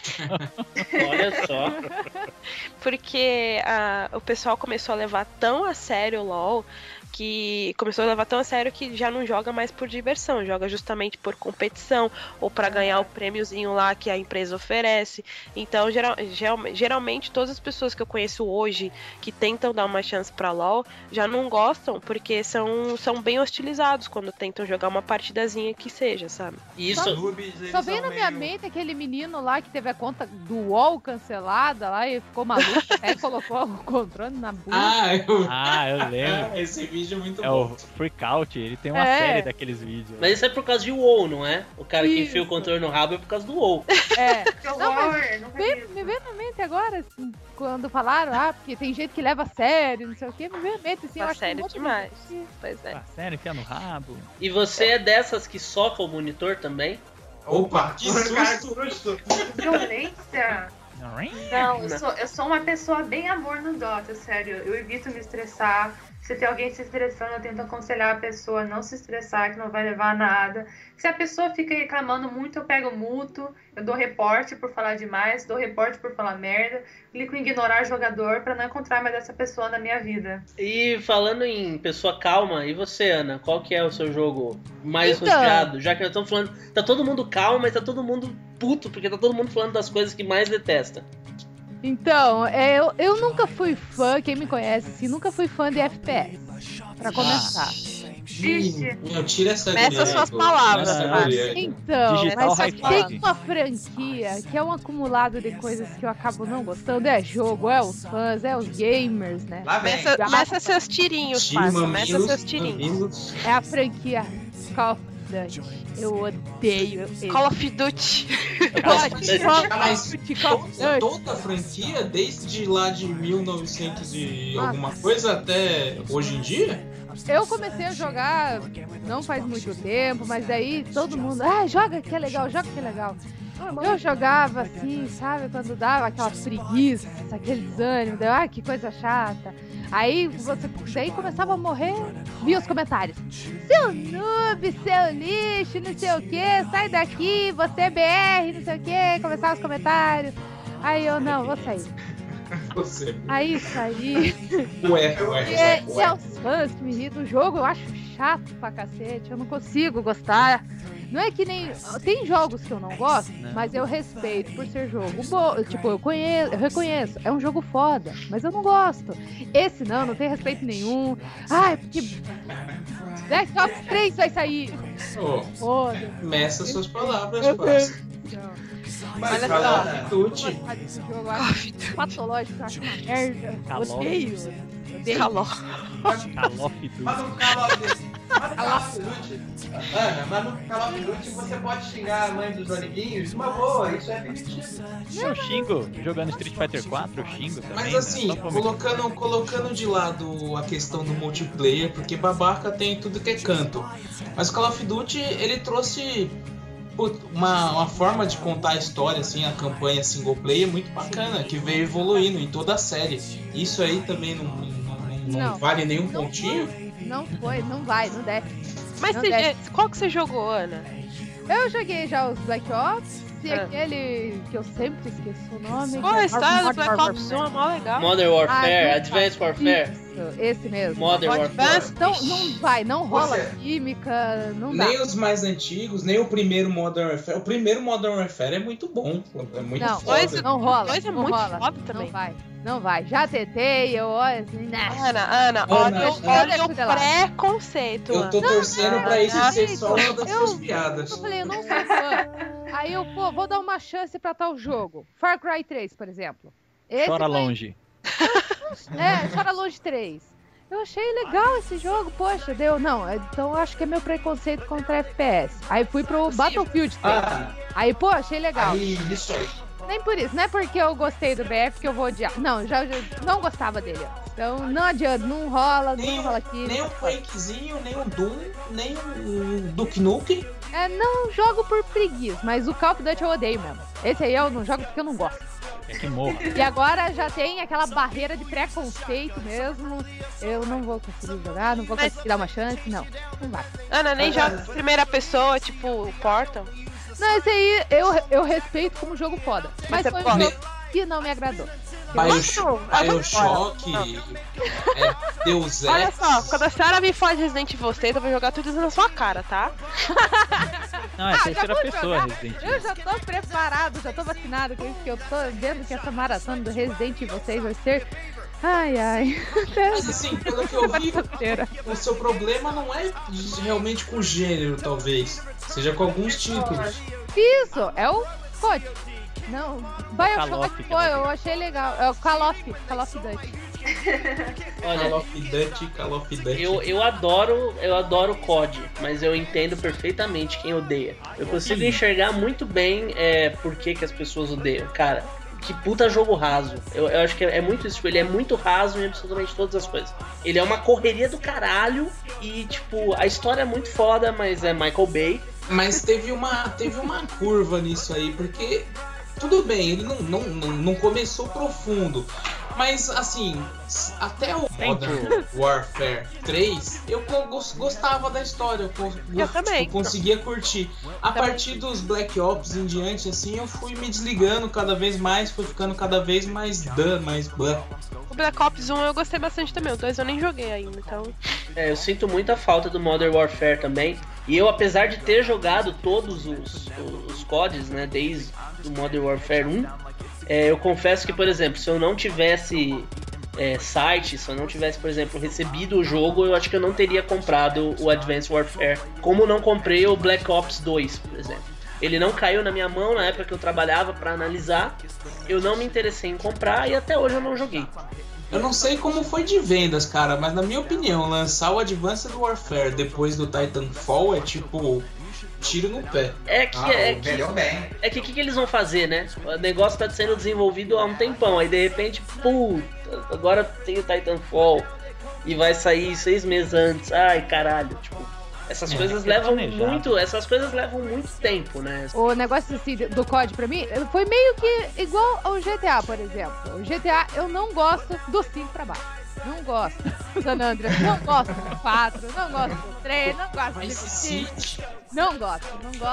Olha só. Porque o pessoal começou a levar tão a sério o LoL que começou a levar tão a sério que já não joga mais por diversão, joga justamente por competição ou pra ganhar o prêmiozinho lá que a empresa oferece. Então, geralmente, todas as pessoas que eu conheço hoje que tentam dar uma chance pra LoL já não gostam porque são bem hostilizados quando tentam jogar uma partidazinha que seja, sabe? Isso. Só veio na minha mente aquele menino lá que teve a conta do UOL cancelada lá e ficou maluco, até colocou o controle na bunda. Eu lembro. Esse vídeo é muito É bom. o Freakout, ele tem uma série daqueles vídeos. Mas isso é por causa de WoW, não é? O cara que enfia o controle no rabo é por causa do WoW. Que horror, Me veio na mente agora, assim, quando falaram, porque tem gente que leva a sério, não sei o que, me veio na mente, assim, eu acho sério que demais. Pois é. Sério, enfia no rabo. E você é dessas que soca o monitor também? Opa, que susto! violência. Não, eu sou uma pessoa bem amor no Dota, sério. Eu evito me estressar. Se tem alguém se estressando, eu tento aconselhar a pessoa a não se estressar, que não vai levar a nada. Se a pessoa fica reclamando muito, eu pego muto, eu dou reporte por falar demais, dou reporte por falar merda, clico em ignorar jogador pra não encontrar mais essa pessoa na minha vida. E falando em pessoa calma, e você, Ana? Qual que é o seu jogo mais Então. odiado? Já que nós estamos falando, tá todo mundo calmo, mas tá todo mundo puto, porque tá todo mundo falando das coisas que mais detesta. Então, eu nunca fui fã, quem me conhece, assim, nunca fui fã de FPS, pra começar. Vixe. Meu, tira essa Meça guria, suas pô. palavras, Meça essa Márcio. guria aí. Então, Digital mas High tem Five. uma franquia que é um acumulado de coisas que eu acabo não gostando. É jogo, é os fãs, é os gamers, né? Lá vem. Meça seus tirinhos, Tira parça. Meça mamilos, seus tirinhos. mamilos. É a franquia Call of Duty. Eu odeio ele. Call of Duty. Mas Call of Duty. toda a franquia, desde lá de 1900 e Nossa. alguma coisa até hoje em dia? Eu comecei a jogar não faz muito tempo, mas daí todo mundo, joga que é legal, joga que é legal. Eu jogava assim, sabe, quando dava aquela preguiça, aquele desânimo, deu, que coisa chata. Aí daí começava a morrer, via os comentários. Seu noob, seu lixo, não sei o que, sai daqui, você é BR, não sei o que, começava os comentários. Aí eu, não, vou sair. Você. Aí saí. Ué. E é os fãs que me irritam. O jogo eu acho chato pra cacete, eu não consigo gostar. Não é que nem... Tem jogos que eu não gosto, mas eu respeito por ser jogo bom. Tipo, eu reconheço. É um jogo foda, mas eu não gosto. Esse não tem respeito nenhum. Porque... Black Ops 3 vai sair. Foda. Meça suas palavras, parça. Mas Olha fala, só. né? Tuti. Esse jogo eu acho patológico, eu acho uma merda. Calor. Odeio. Calor. Call of Duty. Mas no Call of Duty, Ana, mas no Call of Duty você pode xingar a mãe dos amiguinhos de uma boa, isso é permitido. Eu xingo, jogando Street Fighter 4, eu xingo também. Mas né? assim, Só pra me- colocando de lado a questão do multiplayer, porque babaca tem tudo que é canto. Mas o Call of Duty, ele trouxe uma forma de contar a história, assim, a campanha single player muito bacana, que veio evoluindo em toda a série. Isso aí também não vale nenhum pontinho? Não foi, não vai, não desce. Mas Não qual que você jogou, Ana? Eu joguei já os Black Ops e aquele que eu sempre esqueço o nome. Pô, que é a história do Modern Black Ops 1 Warfare. é mó legal. Modern Warfare, não Advanced vai. Warfare, Isso, esse mesmo. Modern Warfare. Então, não vai, não rola Você- química, não dá. Nem os mais antigos, nem o primeiro Modern Warfare. O primeiro Modern Warfare é muito bom, é muito Não, foda. não rola. Dois é não muito rola. foda também. Não vai. Já tentei, eu olho assim, Ana, olha o cuida lá. preconceito. Eu tô torcendo pra isso ser só uma das eu- suas piadas. Eu falei, eu não sou fã. Aí eu, vou dar uma chance pra tal jogo. Far Cry 3, por exemplo. Esse Chora foi- longe. Chora Longe 3. Eu achei legal esse jogo, poxa, deu. Não, então eu acho que é meu preconceito contra FPS. Aí fui pro Battlefield 3. Aí, achei legal. Aí, isso aí. Nem por isso, não é porque eu gostei do BF que eu vou odiar. Não, já não gostava dele. Então não adianta, não rola aqui. Nem um Quakezinho, nem um Doom, nem um Duke Nukem. Não jogo por preguiça, mas o Call of Duty eu odeio mesmo. Esse aí eu não jogo porque eu não gosto. É que morra. E agora já tem aquela barreira de preconceito mesmo. Eu não vou conseguir jogar, não vou conseguir dar uma chance, não vai. Ana, nem joga primeira pessoa, tipo Portal. Não, esse aí eu respeito como jogo foda. Mas Você foi um pode. jogo que não me agradou. Bioshock, Deus Ex. Olha só, quando a senhora me faz Resident Evil 6, eu vou jogar tudo isso na sua cara, tá? Não, é terceira pessoa Resident Evil. Eu já tô preparado, já tô vacinado com isso, que eu tô vendo que essa maratona do Resident Evil 6 vai ser... Ai. Mas assim, pelo que eu vi, o seu problema não é realmente com o gênero, talvez. Seja com alguns títulos. Isso, é o COD. Não, Bioshock foi, eu achei legal. É o Call of Duty. Olha, Call of Duty. Eu adoro COD, mas eu entendo perfeitamente quem odeia. Eu consigo enxergar muito bem por que as pessoas odeiam. Cara, que puta jogo raso. Eu acho que é muito isso. Ele é muito raso em absolutamente todas as coisas. Ele é uma correria do caralho e, tipo, a história é muito foda, mas é Michael Bay. Mas teve uma curva nisso aí, porque tudo bem, ele não começou profundo. Mas assim, até o Modern Warfare 3, eu gostava da história, eu também. Conseguia curtir. A partir dos Black Ops em diante, assim, eu fui me desligando cada vez mais, fui ficando cada vez mais O Black Ops 1 eu gostei bastante também, o 2 eu nem joguei ainda, então... Eu sinto muita falta do Modern Warfare também. E eu, apesar de ter jogado todos os CODs, né, desde o Modern Warfare 1, eu confesso que, por exemplo, se eu não tivesse site, se eu não tivesse, por exemplo, recebido o jogo, eu acho que eu não teria comprado o Advanced Warfare, como não comprei o Black Ops 2, por exemplo. Ele não caiu na minha mão na época que eu trabalhava para analisar, eu não me interessei em comprar e até hoje eu não joguei. Eu não sei como foi de vendas, cara, mas na minha opinião, lançar o Advanced Warfare depois do Titanfall é tipo... tiro no pé. O que eles vão fazer, né? O negócio tá sendo desenvolvido há um tempão, aí de repente, puta, agora tem o Titanfall e vai sair 6 meses antes. Ai, caralho, tipo, essas coisas levam muito tempo, né? O negócio assim, do COD pra mim foi meio que igual ao GTA, por exemplo. O GTA eu não gosto do 5 pra baixo. Não gosto do San Andreas, não gosto do 4, não gosto do 3, não gosto do 5. Não gosto.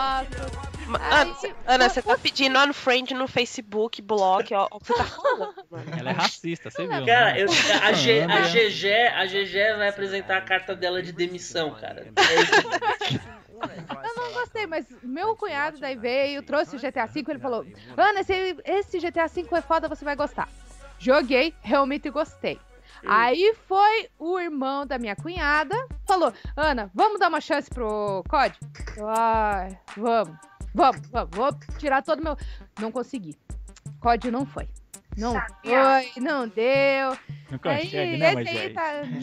Ana, você tá pedindo unfriend no Facebook, block, ó, o que você tá falando? Ela é racista, você viu? Cara, a GG vai apresentar a carta dela de demissão, cara. Eu não gostei, mas meu cunhado daí veio, trouxe o GTA V, ele falou: Ana, esse GTA V é foda, você vai gostar. Joguei, realmente gostei. Aí foi o irmão da minha cunhada, falou: Ana, vamos dar uma chance pro COD? Vamos, vou tirar todo o meu... Não consegui. COD não foi. Não foi, não deu. Não consegue, né, Moisés?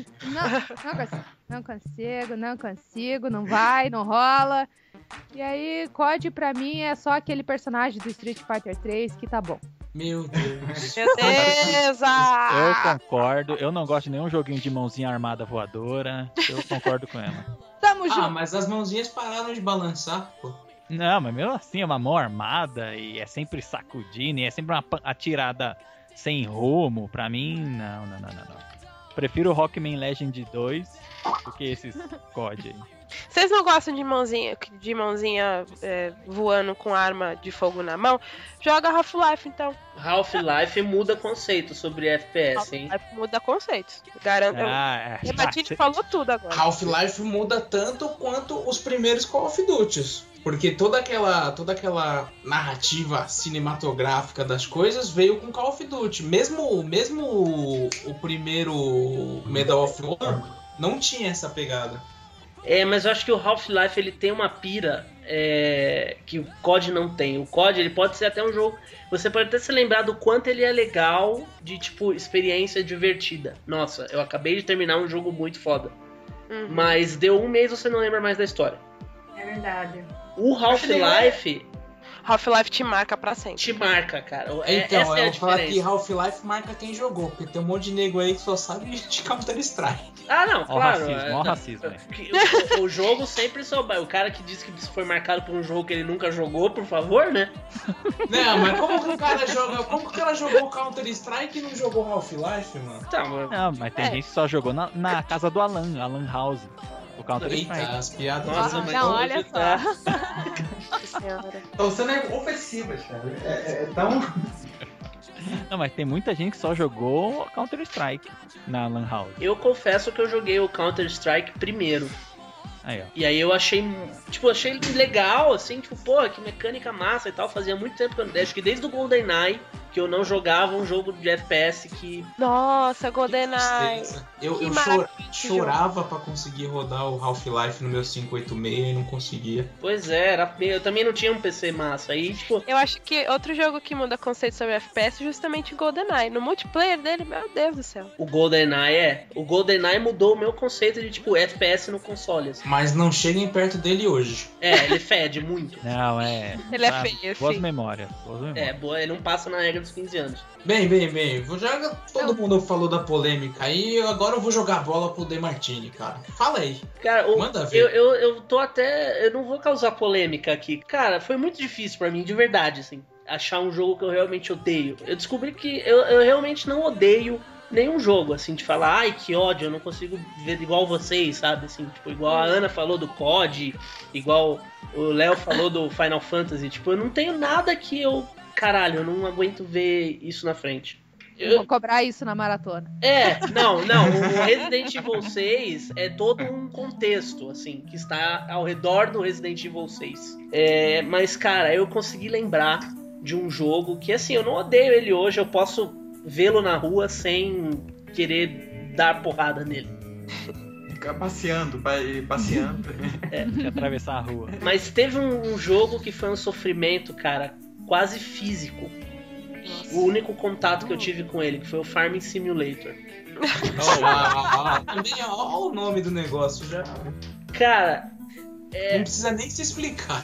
Não consigo, não vai, não rola. E aí, COD pra mim é só aquele personagem do Street Fighter 3 que tá bom. Meu Deus. Eu concordo. Eu não gosto de nenhum joguinho de mãozinha armada voadora. Eu concordo com ela. Tamo junto. Mas as mãozinhas pararam de balançar, pô. Não, mas mesmo assim é uma mão armada e é sempre sacudindo e é sempre uma atirada sem rumo. Pra mim, não. Prefiro o Rockman Legend 2 do que esses COD aí. Vocês não gostam de mãozinha voando com arma de fogo na mão? Joga Half-Life, então. Half-Life muda conceito sobre FPS, hein? Half-Life muda conceitos. Garanto. O Matite falou tudo agora. Half-Life muda tanto quanto os primeiros Call of Duty. Porque toda aquela narrativa cinematográfica das coisas veio com Call of Duty. Mesmo o primeiro Medal of Honor não tinha essa pegada. Mas eu acho que o Half-Life ele tem uma pira que o COD não tem. O COD ele pode ser até um jogo... Você pode até se lembrar do quanto ele é legal de, tipo, experiência divertida. Nossa, eu acabei de terminar um jogo muito foda. Uhum. Mas deu um mês e você não lembra mais da história. É verdade. O Half-Life te marca pra sempre. Te marca, cara. Então, eu vou falar que Half-Life marca quem jogou, porque tem um monte de nego aí que só sabe de Counter-Strike. Não, claro. Ó o racismo. O jogo sempre souber. O cara que disse que foi marcado por um jogo que ele nunca jogou, por favor, né? Não, mas como que o cara joga? Como que o cara jogou Counter-Strike e não jogou Half-Life, mano? Não, mas tem gente que só jogou na casa do Alan House. O Counter-Strike. As piadas. Nossa, mas não, olha só. Estão sendo ofensivas, cara. É tão... Não, mas tem muita gente que só jogou Counter-Strike na Lan House. Eu confesso que eu joguei o Counter-Strike primeiro. Aí, ó. E aí eu achei legal, assim, tipo, pô, que mecânica massa e tal. Fazia muito tempo que eu acho que desde o GoldenEye que eu não jogava um jogo de FPS que... Nossa, GoldenEye. Eu chorava pra conseguir rodar o Half-Life no meu 586 e não conseguia. Pois é, eu também não tinha um PC massa. Aí, tipo... Eu acho que outro jogo que muda conceito sobre FPS é justamente o GoldenEye. No multiplayer dele, meu Deus do céu. O GoldenEye mudou o meu conceito de, tipo, FPS no console. Assim. Mas não cheguem perto dele hoje. Ele fede muito. Não, Ele é feio, boas sim. memórias. Ele não passa na regra dos 15 anos. Bem. Todo mundo falou da polêmica aí, agora eu vou jogar a bola pro De Martini, cara. Fala aí. Cara, manda ver. Eu tô até... Eu não vou causar polêmica aqui. Cara, foi muito difícil pra mim, de verdade, assim, achar um jogo que eu realmente odeio. Eu descobri que eu realmente não odeio nenhum jogo, assim, de falar, ai, que ódio, eu não consigo ver igual vocês, sabe, assim, tipo, igual a Ana falou do COD, igual o Léo falou do Final Fantasy, tipo, eu não tenho nada que caralho, eu não aguento ver isso na frente. Vou cobrar isso na maratona. Não, o Resident Evil 6 é todo um contexto, assim, que está ao redor do Resident Evil 6. Mas, cara, eu consegui lembrar de um jogo que, assim, eu não odeio ele hoje, eu posso vê-lo na rua sem querer dar porrada nele. Ficar passeando. De atravessar a rua. Mas teve um jogo que foi um sofrimento, cara, quase físico. O único contato que eu tive com ele, que foi o Farming Simulator. Também olha o nome do negócio já. Cara, não precisa nem se explicar.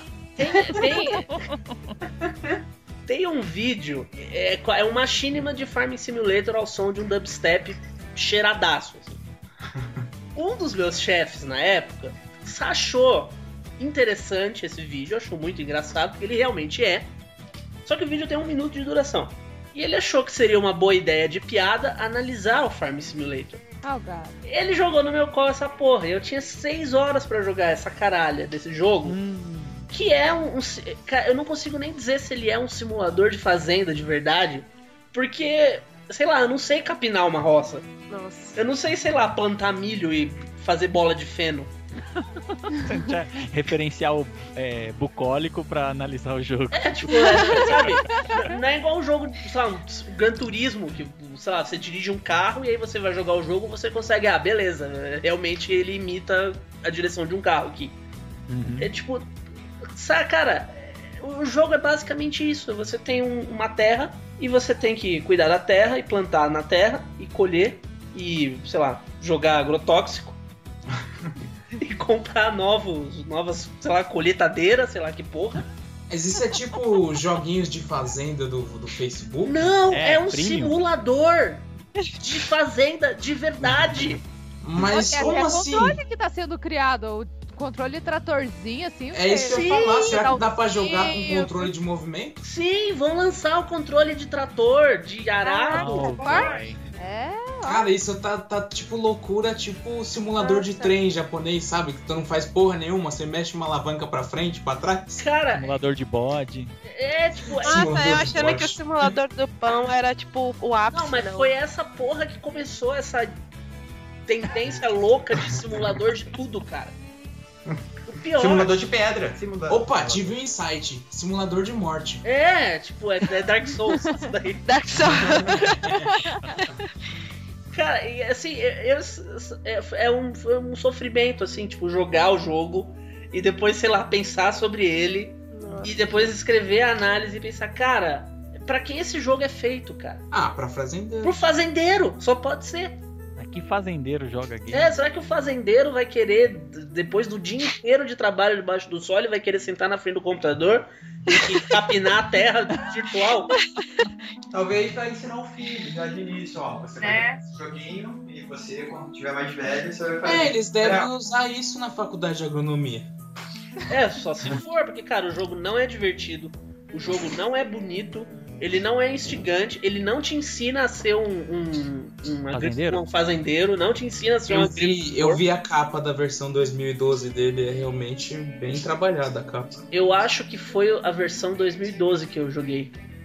Tem um vídeo, é uma machinima de Farming Simulator ao som de um dubstep cheiradaço. Assim. Um dos meus chefes na época achou interessante esse vídeo, achou muito engraçado, porque ele realmente é. Só que o vídeo tem 1 minuto de duração. E ele achou que seria uma boa ideia de piada analisar o Farming Simulator. God. Ele jogou no meu colo essa porra. Eu tinha 6 horas pra jogar essa caralha desse jogo. Que é eu não consigo nem dizer se ele é um simulador de fazenda de verdade. Porque, sei lá, eu não sei capinar uma roça. Nossa. Eu não sei, sei lá, plantar milho e fazer bola de feno. Referencial bucólico pra analisar o jogo. Sabe? Não é igual um jogo, sei lá, um Gran Turismo, que, sei lá, você dirige um carro e aí você vai jogar o jogo, você consegue, beleza, realmente ele imita a direção de um carro aqui. É tipo, sabe, cara, o jogo é basicamente isso. Você tem uma terra e você tem que cuidar da terra e plantar na terra e colher e, sei lá, jogar agrotóxico. E comprar novas, sei lá, colheitadeiras, sei lá que porra. Mas isso é tipo joguinhos de fazenda do Facebook? Não, é um premium. Simulador de fazenda de verdade. Mas como assim? É o controle que tá sendo criado, o controle tratorzinho, assim. É isso que eu ia falar, será que dá pra Sim. jogar com controle de movimento? Sim, vão lançar o controle de trator, de arado. Cara, isso tá tipo loucura, tipo simulador de trem japonês, sabe? Que tu não faz porra nenhuma, você mexe uma alavanca pra frente, pra trás. Cara, Simulador de bode. tipo... Nossa, eu achando que o simulador do pão era tipo o ápice. Não, mas foi essa porra que começou essa tendência louca de simulador de tudo, cara. O pior... Simulador de pedra. Opa, tive um insight. Simulador de morte. Tipo, é Dark Souls isso daí. Dark Souls. Cara, e assim, é um sofrimento, assim, tipo, jogar o jogo e depois, sei lá, pensar sobre ele. Nossa. E depois escrever a análise e pensar, cara, pra quem esse jogo é feito, cara? Pra fazendeiro. Pro fazendeiro, só pode ser. Que fazendeiro joga game? Será que o fazendeiro vai querer, depois do dia inteiro de trabalho debaixo do sol, ele vai querer sentar na frente do computador e capinar a terra virtual? Talvez pra ensinar o filho já de início, você vai jogar esse joguinho e você, quando tiver mais velho, você vai fazer. Eles devem usar isso na faculdade de agronomia. Só se for, porque, cara, o jogo não é divertido, o jogo não é bonito, ele não é instigante, ele não te ensina a ser um fazendeiro, não te ensina a ser um agricultor. Eu vi a capa da versão 2012 dele, é realmente bem trabalhada a capa. Eu acho que foi a versão 2012 que eu joguei.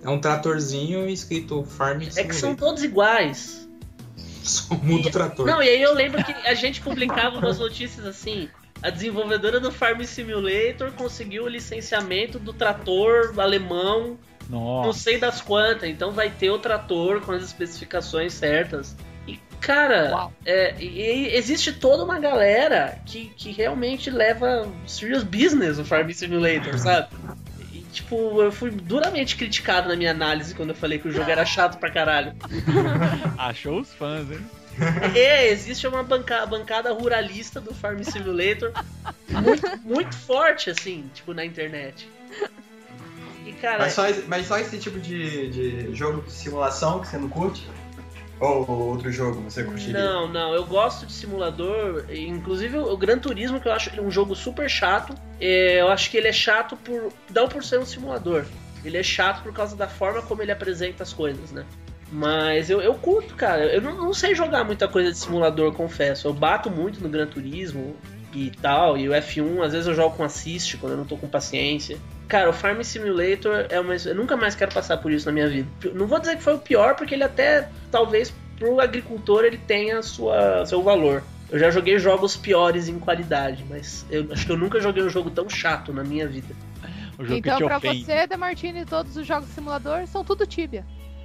É um tratorzinho escrito Farming Simulator. É que são todos iguais. Só muda o trator. Não, e aí eu lembro que a gente publicava umas notícias assim. A desenvolvedora do Farming Simulator conseguiu o licenciamento do trator alemão, não sei das quantas, então vai ter o trator com as especificações certas. E, cara, existe toda uma galera que realmente leva serious business o Farming Simulator, sabe? E, tipo, eu fui duramente criticado na minha análise quando eu falei que o jogo era chato pra caralho. Achou os fãs, hein? Existe uma bancada ruralista do Farm Simulator muito forte, assim, tipo, na internet. E, cara... Mas só esse tipo de jogo de simulação que você não curte? Ou outro jogo você curtiria? Não, eu gosto de simulador, inclusive o Gran Turismo, que eu acho um jogo super chato. Eu acho que ele é chato não por ser um simulador. Ele é chato por causa da forma como ele apresenta as coisas, né? Mas eu curto, cara. Eu não sei jogar muita coisa de simulador, confesso. Eu bato muito no Gran Turismo e tal. E o F1, às vezes eu jogo com assist quando eu não tô com paciência. Cara, o Farm Simulator eu nunca mais quero passar por isso na minha vida. Não vou dizer que foi o pior, porque ele até, talvez, pro agricultor ele tenha seu valor. Eu já joguei jogos piores em qualidade, mas eu acho que eu nunca joguei um jogo tão chato na minha vida. Então, pra você, Demartini, todos os jogos de simulador são tudo Tibia.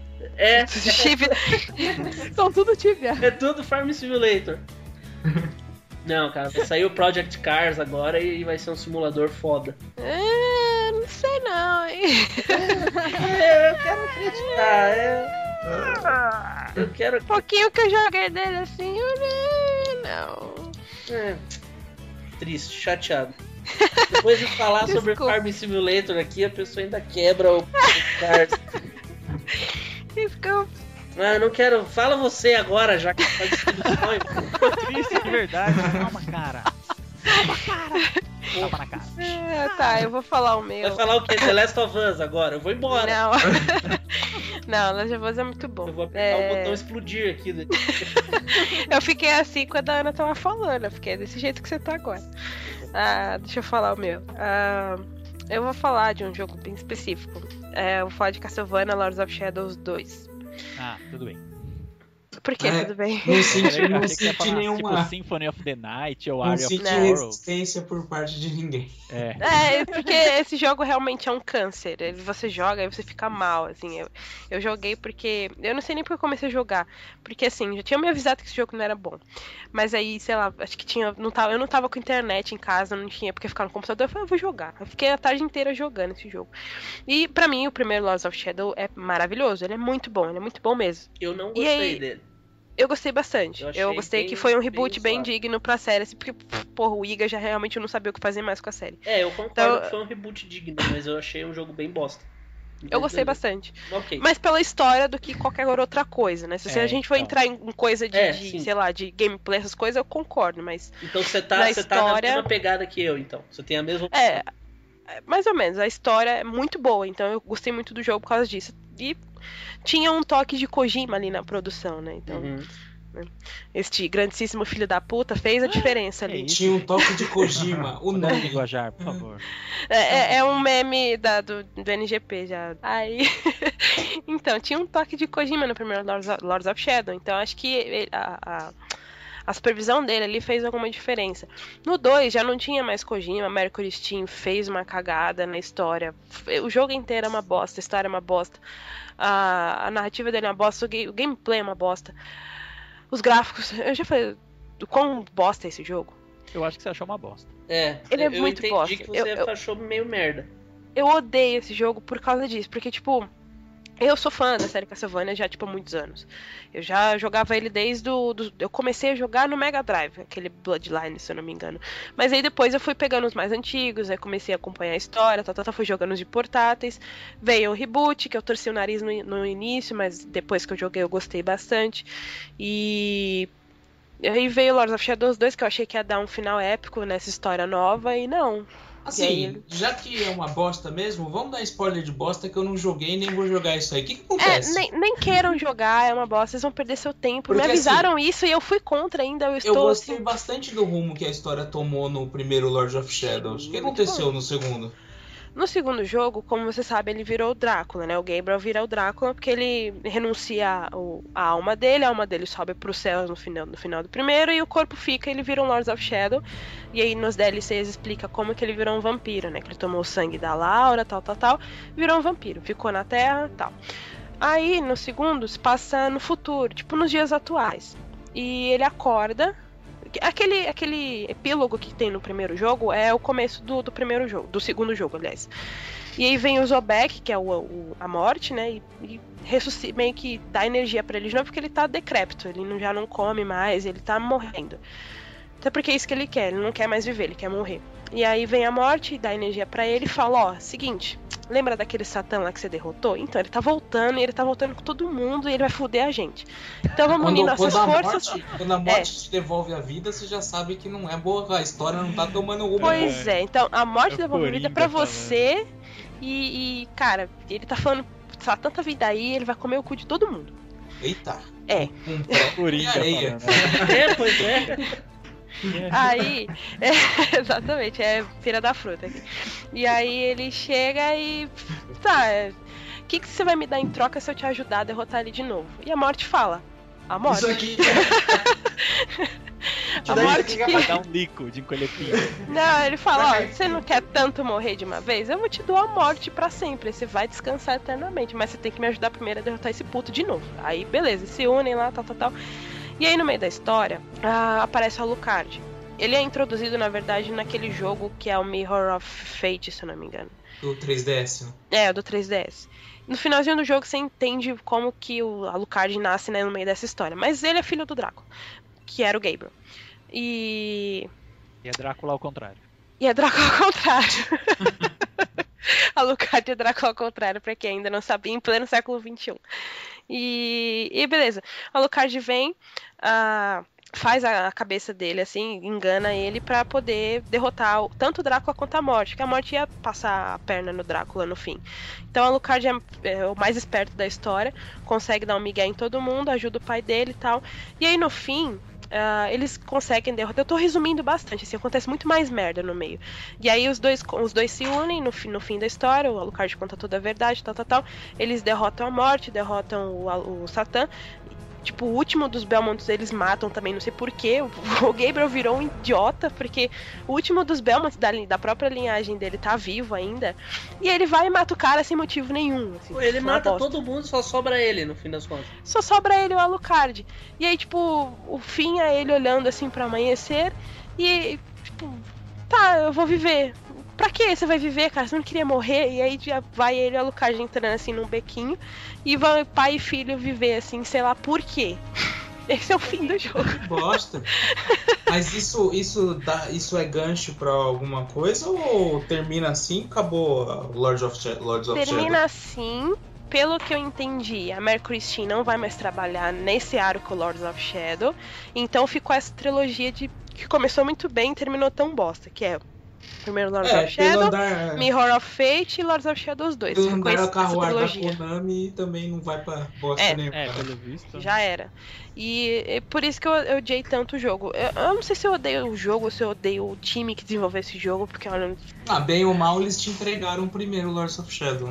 São tudo Tibia. É tudo Farm Simulator. Não, cara, vai sair o Project Cars agora e vai ser um simulador foda. Não sei não, hein? Eu quero acreditar. Eu quero... Um pouquinho que eu joguei dele assim, não. Triste, chateado. Depois de falar sobre Farm Simulator aqui, a pessoa ainda quebra o Cars. Desculpa. Eu não quero. Fala você agora, já que tá discussões. Ficou triste de verdade. Calma, cara. Tapa na cara. Tá, eu vou falar o meu. Vai falar o quê? The Last of Us agora? Eu vou embora. Não, Last of Us é muito bom. Eu vou apertar o botão explodir aqui. Eu fiquei assim quando a Ana tava falando. Eu fiquei desse jeito que você tá agora. Deixa eu falar o meu. Eu vou falar de um jogo bem específico. Eu vou falar de Castlevania Lords of Shadows 2. Tudo bem. Por que tudo bem? Não senti nenhuma... Tipo Symphony of the Night ou Area of Tomorrow. Resistência por parte de ninguém. Porque esse jogo realmente é um câncer. Você joga e você fica mal, assim. Eu joguei porque... Eu não sei nem porque eu comecei a jogar. Porque, assim, já tinha me avisado que esse jogo não era bom. Mas aí, sei lá, acho que tinha... Eu não tava com internet em casa, não tinha porque ficar no computador. Eu falei, eu vou jogar. Eu fiquei a tarde inteira jogando esse jogo. E, pra mim, o primeiro Lords of Shadow é maravilhoso. Ele é muito bom mesmo. Eu não gostei dele. Eu gostei bastante. Eu gostei que foi um reboot bem digno pra série, assim, porque, porra, o Iga já realmente não sabia o que fazer mais com a série. Eu concordo que foi um reboot digno, mas eu achei um jogo bem bosta. Eu gostei bastante. Okay. Mas pela história do que qualquer outra coisa, né? Se a gente for entrar em coisa de sei lá, de gameplay, essas coisas, eu concordo, mas... Então você tá na mesma pegada que eu, então. Você tem a mesma... Mais ou menos. A história é muito boa, então eu gostei muito do jogo por causa disso. E tinha um toque de Kojima ali na produção, né? Então, este grandíssimo filho da puta fez a diferença ali. Tinha um toque de Kojima, o nome. Guajar, por favor. É um meme do NGP já. Aí, então, tinha um toque de Kojima no primeiro Lords of Shadow, então acho que a supervisão dele ali fez alguma diferença. No 2 já não tinha mais Kojima, Mercury Steam fez uma cagada na história. O jogo inteiro é uma bosta, a história é uma bosta. A narrativa dele é uma bosta, o gameplay é uma bosta. Os gráficos, eu já falei do quão bosta é esse jogo. Eu acho que você achou uma bosta. Ele é muito bosta. Eu entendi que você achou meio merda. Eu odeio esse jogo por causa disso, porque tipo... Eu sou fã da série Castlevania já, tipo, há muitos anos. Eu já jogava ele desde eu comecei a jogar no Mega Drive, aquele Bloodline, se eu não me engano. Mas aí depois eu fui pegando os mais antigos, aí comecei a acompanhar a história, fui jogando os de portáteis. Veio o reboot, que eu torci o nariz no início, mas depois que eu joguei eu gostei bastante. E aí veio Lords of Shadows 2, que eu achei que ia dar um final épico nessa história nova, e não... Assim, já que é uma bosta mesmo, vamos dar spoiler de bosta que eu não joguei nem vou jogar isso aí. O que acontece? Nem queiram jogar, é uma bosta, vocês vão perder seu tempo. Porque, me avisaram isso e eu fui contra ainda. Eu gostei bastante do rumo que a história tomou no primeiro Lord of Shadows. O que aconteceu no segundo? No segundo jogo, como você sabe, ele virou o Drácula, né? O Gabriel vira o Drácula porque ele renuncia a alma dele sobe pro céu no final do primeiro, e o corpo fica, ele vira um Lords of Shadow. E aí nos DLCs explica como que ele virou um vampiro, né? Que ele tomou o sangue da Laura, tal, virou um vampiro, ficou na Terra, tal. Aí, no segundo, se passa no futuro, tipo nos dias atuais. E ele acorda. Aquele epílogo que tem no primeiro jogo é o começo do primeiro jogo, do segundo jogo, aliás. E aí vem o Zobek, que é a morte, né? E ressuscita, meio que dá energia pra ele de novo, porque ele tá decrépito, ele já não come mais, ele tá morrendo. Até porque é isso que ele quer, ele não quer mais viver, ele quer morrer. E aí vem a morte, dá energia pra ele e fala, ó, seguinte, lembra daquele Satã lá que você derrotou? Então, ele tá voltando, e ele tá voltando com todo mundo, e ele vai foder a gente. Então vamos unir nossas forças. Quando a morte te devolve a vida, você já sabe que não é boa, a história não tá tomando rumo. Pois é, então a morte devolve a vida pra você, e, cara, ele tá falando, sei tanta vida aí, ele vai comer o cu de todo mundo. Eita. É. Coringa areia. Pois é. Aí, exatamente, é feira da fruta aqui. E aí ele chega e tá, o que você vai me dar em troca se eu te ajudar a derrotar ele de novo? E a morte fala, a morte. Isso aqui. A morte Vai dar um lico de coletinho. Não, ele fala, ó, você não quer tanto morrer de uma vez? Eu vou te dar a morte pra sempre, você vai descansar eternamente, mas você tem que me ajudar primeiro a derrotar esse puto de novo. Aí, beleza, se unem lá, tal. E aí no meio da história, aparece o Alucard. Ele é introduzido, na verdade, naquele jogo que é o Mirror of Fate, se eu não me engano. Do 3DS, né? É, do 3DS. No finalzinho do jogo você entende como que o Alucard nasce, né, no meio dessa história. Mas ele é filho do Drácula, que era o Gabriel. E é Drácula ao contrário. Alucard é Drácula ao contrário, pra quem ainda não sabia, em pleno século XXI. E beleza, Alucard vem, faz a cabeça dele, assim, engana ele pra poder derrotar tanto o Drácula quanto a morte, porque a morte ia passar a perna no Drácula no fim. Então Alucard é o mais esperto da história, consegue dar um migué em todo mundo, ajuda o pai dele e tal. E aí no fim, eles conseguem derrotar. Eu tô resumindo bastante, assim, acontece muito mais merda no meio. E aí os dois se unem no fim da história, o Alucard conta toda a verdade, tal. Eles derrotam a morte, derrotam o Satã. Tipo, o último dos Belmonts eles matam também, não sei porquê. O Gabriel virou um idiota, porque o último dos Belmonts da própria linhagem dele tá vivo ainda. E ele vai e mata o cara sem motivo nenhum. Assim, ele mata todo mundo, só sobra ele, no fim das contas. Só sobra ele, o Alucard. E aí, tipo, o fim é ele olhando assim pra amanhecer. E, tipo, tá, eu vou viver. Pra que você vai viver, cara? Você não queria morrer? E aí já vai ele e o Alucard entrando assim num bequinho. E vai pai e filho viver assim, sei lá por quê. Esse é o fim do jogo. Bosta. Mas isso é gancho pra alguma coisa? Ou termina assim e acabou Lords of Shadow? Termina assim. Pelo que eu entendi, a Mary Christine não vai mais trabalhar nesse arco Lords of Shadow. Então ficou essa trilogia que começou muito bem e terminou tão bosta, que é primeiro Lords of Shadow, Mirror of Fate e Lords of Shadow 2. Pelo andar a carruagem da Konami também não vai pra bosta nenhuma. Pelo visto. Já era. E é por isso que eu odiei tanto o jogo. Eu não sei se eu odeio o jogo ou se eu odeio o time que desenvolveu esse jogo, porque olha... bem ou mal, eles te entregaram o primeiro Lords of Shadow.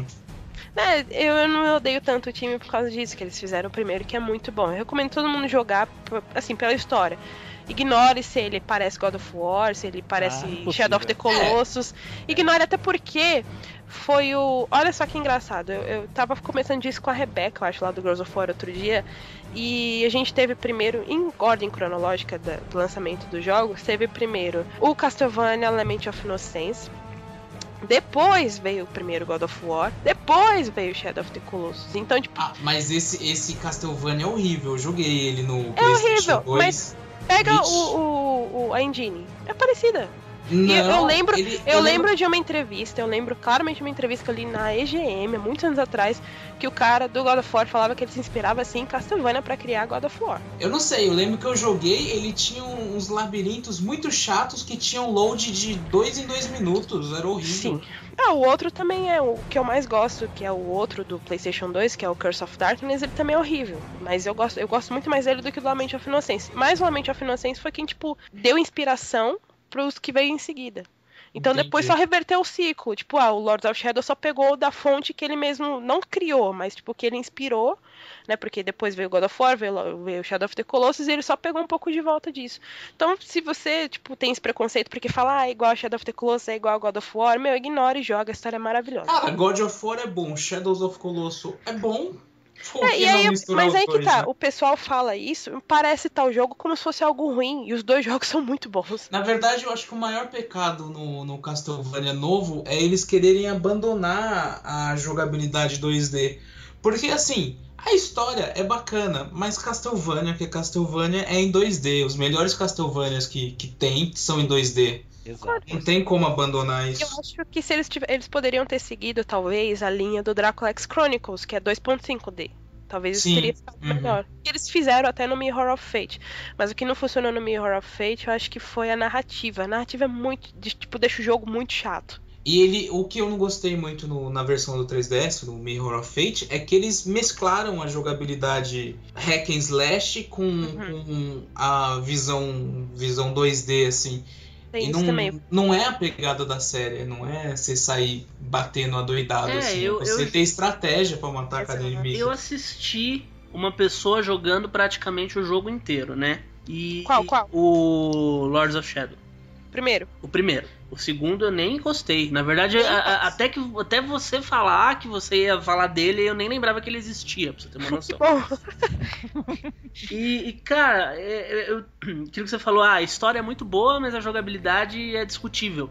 Eu não odeio tanto o time por causa disso, que eles fizeram o primeiro, que é muito bom. Eu recomendo todo mundo jogar, assim, pela história. Ignore se ele parece God of War, se ele parece Shadow of the Colossus. Ignore até porque foi o... Olha só que engraçado. Eu tava começando disso com a Rebeca, eu acho, lá do Girls of War outro dia. E a gente teve primeiro, em ordem cronológica do lançamento dos jogos, teve primeiro o Castlevania Lament of Innocence. Depois veio o primeiro God of War. Depois veio o Shadow of the Colossus. Então, tipo... mas esse Castlevania é horrível. Eu joguei ele no PlayStation 2. Mas pega a engine. É parecida. Não, eu lembro de uma entrevista, eu lembro claramente de uma entrevista que eu li na EGM, há muitos anos atrás, que o cara do God of War falava que ele se inspirava assim em Castlevania pra criar God of War. Eu não sei, eu lembro que eu joguei, ele tinha uns labirintos muito chatos que tinham load de 2 em 2 minutos, era horrível. Sim. O outro também é o que eu mais gosto, que é o outro do PlayStation 2, que é o Curse of Darkness, ele também é horrível. Mas eu gosto muito mais dele do que do Lament of Innocence. Mas o Lament of Innocence foi quem, tipo, deu inspiração pros que veio em seguida. Então depois só reverteu o ciclo. Tipo, o Lords of Shadow só pegou da fonte que ele mesmo não criou, mas tipo, que ele inspirou, né? Porque depois veio God of War, veio Shadow of the Colossus, e ele só pegou um pouco de volta disso. Então, se você, tipo, tem esse preconceito porque fala, é igual a Shadow of the Colossus, é igual a God of War, ignore e joga, a história é maravilhosa. Cara, God of War é bom, Shadows of Colossus é bom. Mas aí que tá, né? O pessoal fala isso, parece tal jogo como se fosse algo ruim, e os dois jogos são muito bons. Na verdade, eu acho que o maior pecado no Castlevania novo é eles quererem abandonar a jogabilidade 2D. Porque, assim, a história é bacana, mas Castlevania, que é Castlevania, é em 2D. Os melhores Castlevanias que tem são em 2D. Exato. Não tem como abandonar isso. Eu acho que se eles poderiam ter seguido, talvez, a linha do Dracula X Chronicles, que é 2.5D. Talvez isso teria ficado melhor. Eles fizeram até no Mirror of Fate. Mas o que não funcionou no Mirror of Fate, eu acho que foi a narrativa. A narrativa é muito... Tipo, deixa o jogo muito chato. E o que eu não gostei muito na versão do 3DS, no Mirror of Fate, é que eles mesclaram a jogabilidade hack and slash com a visão 2D, assim. Tem e isso também. Não é a pegada da série, não é você sair batendo adoidado, assim. Você tem estratégia pra matar cada inimigo. Eu assisti uma pessoa jogando praticamente o jogo inteiro, né? Qual? O Lords of Shadow. O primeiro. O segundo eu nem encostei. Na verdade, até você falar que você ia falar dele, eu nem lembrava que ele existia, pra você ter uma noção. E cara, aquilo que você falou, a história é muito boa, mas a jogabilidade é discutível.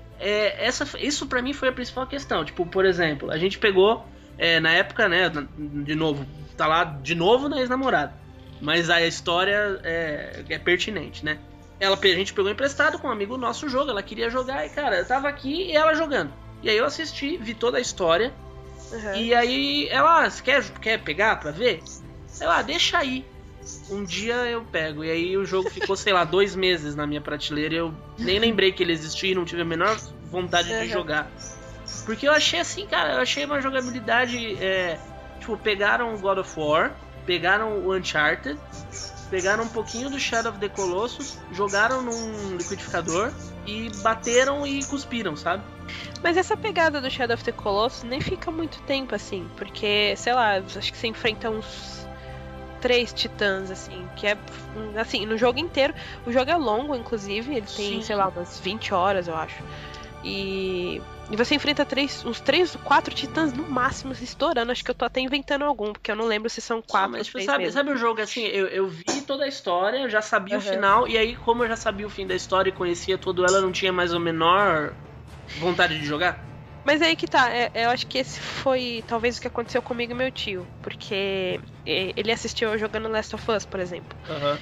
Isso pra mim foi a principal questão. Tipo, por exemplo, a gente pegou, na época, né, de novo, tá lá de novo na ex-namorada. Mas a história é pertinente, né? A gente pegou emprestado com um amigo nosso o jogo, ela queria jogar e, cara, eu tava aqui e ela jogando. E aí eu assisti, vi toda a história. E aí ela, você quer pegar pra ver? Deixa aí. Um dia eu pego. E aí o jogo ficou, sei lá, 2 meses na minha prateleira e eu nem lembrei que ele existia e não tive a menor vontade de jogar. Porque eu achei assim, cara, eu achei uma jogabilidade, tipo, pegaram o God of War, pegaram o Uncharted, pegaram um pouquinho do Shadow of the Colossus, jogaram num liquidificador e bateram e cuspiram, sabe? Mas essa pegada do Shadow of the Colossus nem fica muito tempo assim, porque, sei lá, acho que você enfrenta uns 3 titãs, assim, que é, assim, no jogo inteiro. O jogo é longo, inclusive, ele tem, sei lá, umas 20 horas, eu acho. E você enfrenta uns 3 ou 4 titãs no máximo, se estourando. Acho que eu tô até inventando algum, porque eu não lembro se são 4 ou 3 sabe o jogo, assim, eu vi toda a história, eu já sabia o final, e aí, como eu já sabia o fim da história e conhecia todo ela, não tinha mais a menor vontade de jogar. Mas aí que tá, eu acho que esse foi talvez o que aconteceu comigo e meu tio, porque ele assistiu eu jogando Last of Us, por exemplo,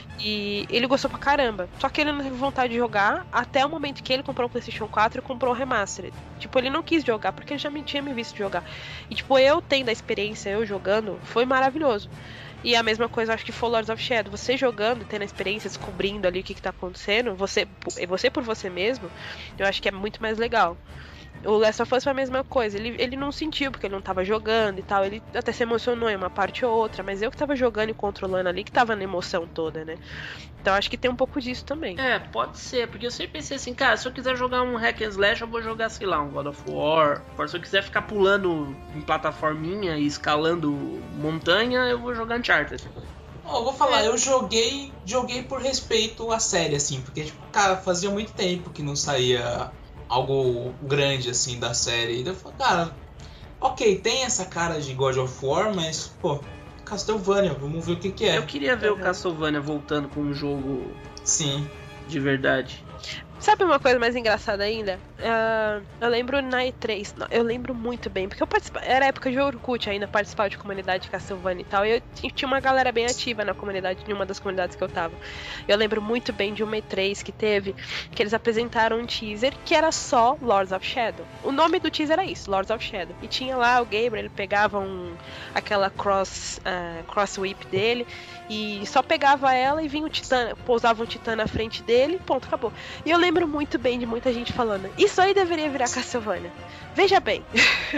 e ele gostou pra caramba, só que ele não teve vontade de jogar até o momento que ele comprou o PlayStation 4 e comprou o Remastered. Tipo, ele não quis jogar, porque ele já tinha me visto jogar, e tipo, eu tendo a experiência, eu jogando, foi maravilhoso. E a mesma coisa, acho que foi Lords of Shadow. Você jogando, tendo a experiência, descobrindo ali o que tá acontecendo, você por você mesmo, eu acho que é muito mais legal. O Last of Us foi a mesma coisa, ele não sentiu porque ele não tava jogando e tal, ele até se emocionou em uma parte ou outra, mas eu que tava jogando e controlando ali, que tava na emoção toda, né? Então acho que tem um pouco disso também. Pode ser, porque eu sempre pensei assim, cara, se eu quiser jogar um hack and slash, eu vou jogar, sei lá, um God of War. Se eu quiser ficar pulando em plataforminha e escalando montanha, eu vou jogar Uncharted. Eu vou falar, eu joguei por respeito à série, assim, porque, tipo, cara, fazia muito tempo que não saía algo grande, assim, da série. E eu falei, cara, ok, tem essa cara de God of War, mas, pô, Castlevania, vamos ver o que é. Eu queria ver o Castlevania voltando com um jogo de verdade. Sabe uma coisa mais engraçada ainda? Eu lembro na E3, eu lembro muito bem, porque eu participava, era época de Orkut ainda, participava de comunidade de Castlevania e tal, e eu tinha uma galera bem ativa na comunidade, em uma das comunidades que eu tava. Eu lembro muito bem de uma E3 que teve, que eles apresentaram um teaser que era só Lords of Shadow. O nome do teaser era isso, Lords of Shadow. E tinha lá o Gabriel, ele pegava aquela cross whip dele, e só pegava ela e vinha o titã, pousava um titã na frente dele e ponto, acabou. E eu lembro muito bem de muita gente falando, isso aí deveria virar Castlevania. Veja bem.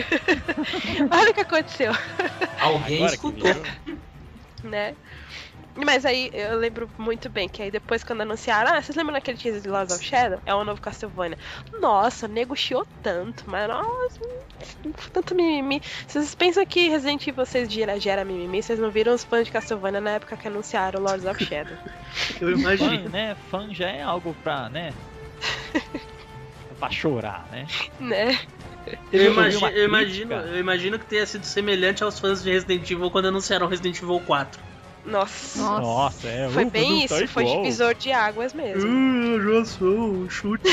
Olha o que aconteceu. Alguém escutou. Né? Mas aí eu lembro muito bem que aí depois quando anunciaram, vocês lembram daquele teaser de Lords of Shadow? É o novo Castlevania. Nossa, nego chiou tanto, mas nossa, tanto mimimi. Vocês pensam que Resident Evil 6 gera mimimi? Vocês não viram os fãs de Castlevania na época que anunciaram Lords of Shadow? Eu imagino. Fã, né? Fã já é algo pra, né? Pra chorar, né? Né? Eu imagino que tenha sido semelhante aos fãs de Resident Evil quando anunciaram Resident Evil 4. Nossa, é. Foi bem isso, foi divisor de águas mesmo. Eu já sou, chute.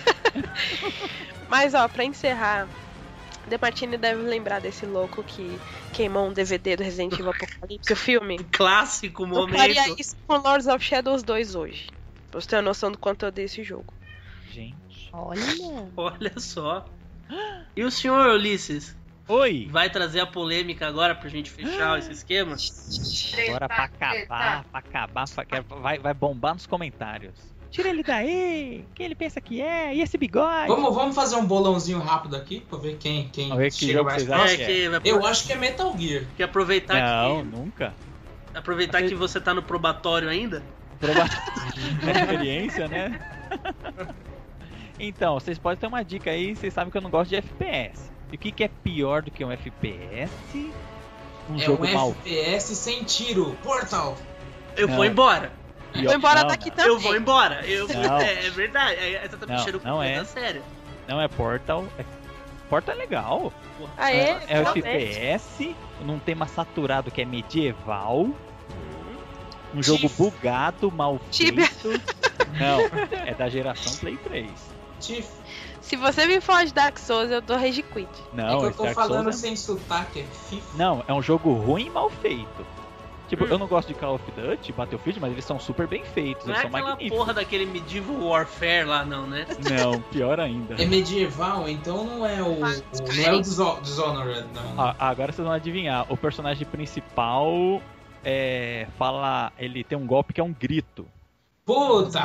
Mas ó, pra encerrar, The Martini deve lembrar desse louco que queimou um DVD do Resident Evil Apocalipse, o filme. Clássico momento. Eu faria isso com Lords of Shadows 2 hoje. Pra você ter uma noção do quanto eu odeio esse jogo. Gente. Olha só. E o senhor Ulisses? Oi! Vai trazer a polêmica agora pra gente fechar esse esquema? Agora pra acabar, vai bombar nos comentários. Tira ele daí! Quem ele pensa que é? E esse bigode? Vamos fazer um bolãozinho rápido aqui pra ver quem chega mais próximo. Eu acho que é Metal Gear. Quer aproveitar nunca. Aproveitar que você tá no probatório ainda? Experiência, né? Então, vocês podem ter uma dica aí, vocês sabem que eu não gosto de FPS. E o que é pior do que um FPS? Jogo mal. FPS sem tiro. Portal. Eu vou embora. Vou embora daqui também. Eu vou embora. É verdade. Essa tá mexendo com coisa séria. Não é Portal. Portal é legal. É o FPS, num tema saturado que é medieval. Um jogo bugado, mal feito. Não, é da geração Play 3. Se você me falar de Dark Souls, eu dou rage quit. Não, eu tô falando sem sotaque, é FIFA. Não, é um jogo ruim e mal feito. Tipo, eu não gosto de Call of Duty, Battlefield, mas eles são super bem feitos, não eles são magníficos. Não é aquela porra daquele Medieval Warfare lá não, né? Não, pior ainda. É medieval, então não é o Dishonored, não. Agora vocês vão adivinhar, o personagem principal ele tem um golpe que é um grito. Puta!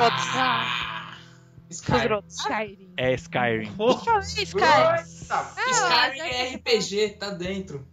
Skyrim. É Skyrim. Skyrim é RPG, tá dentro.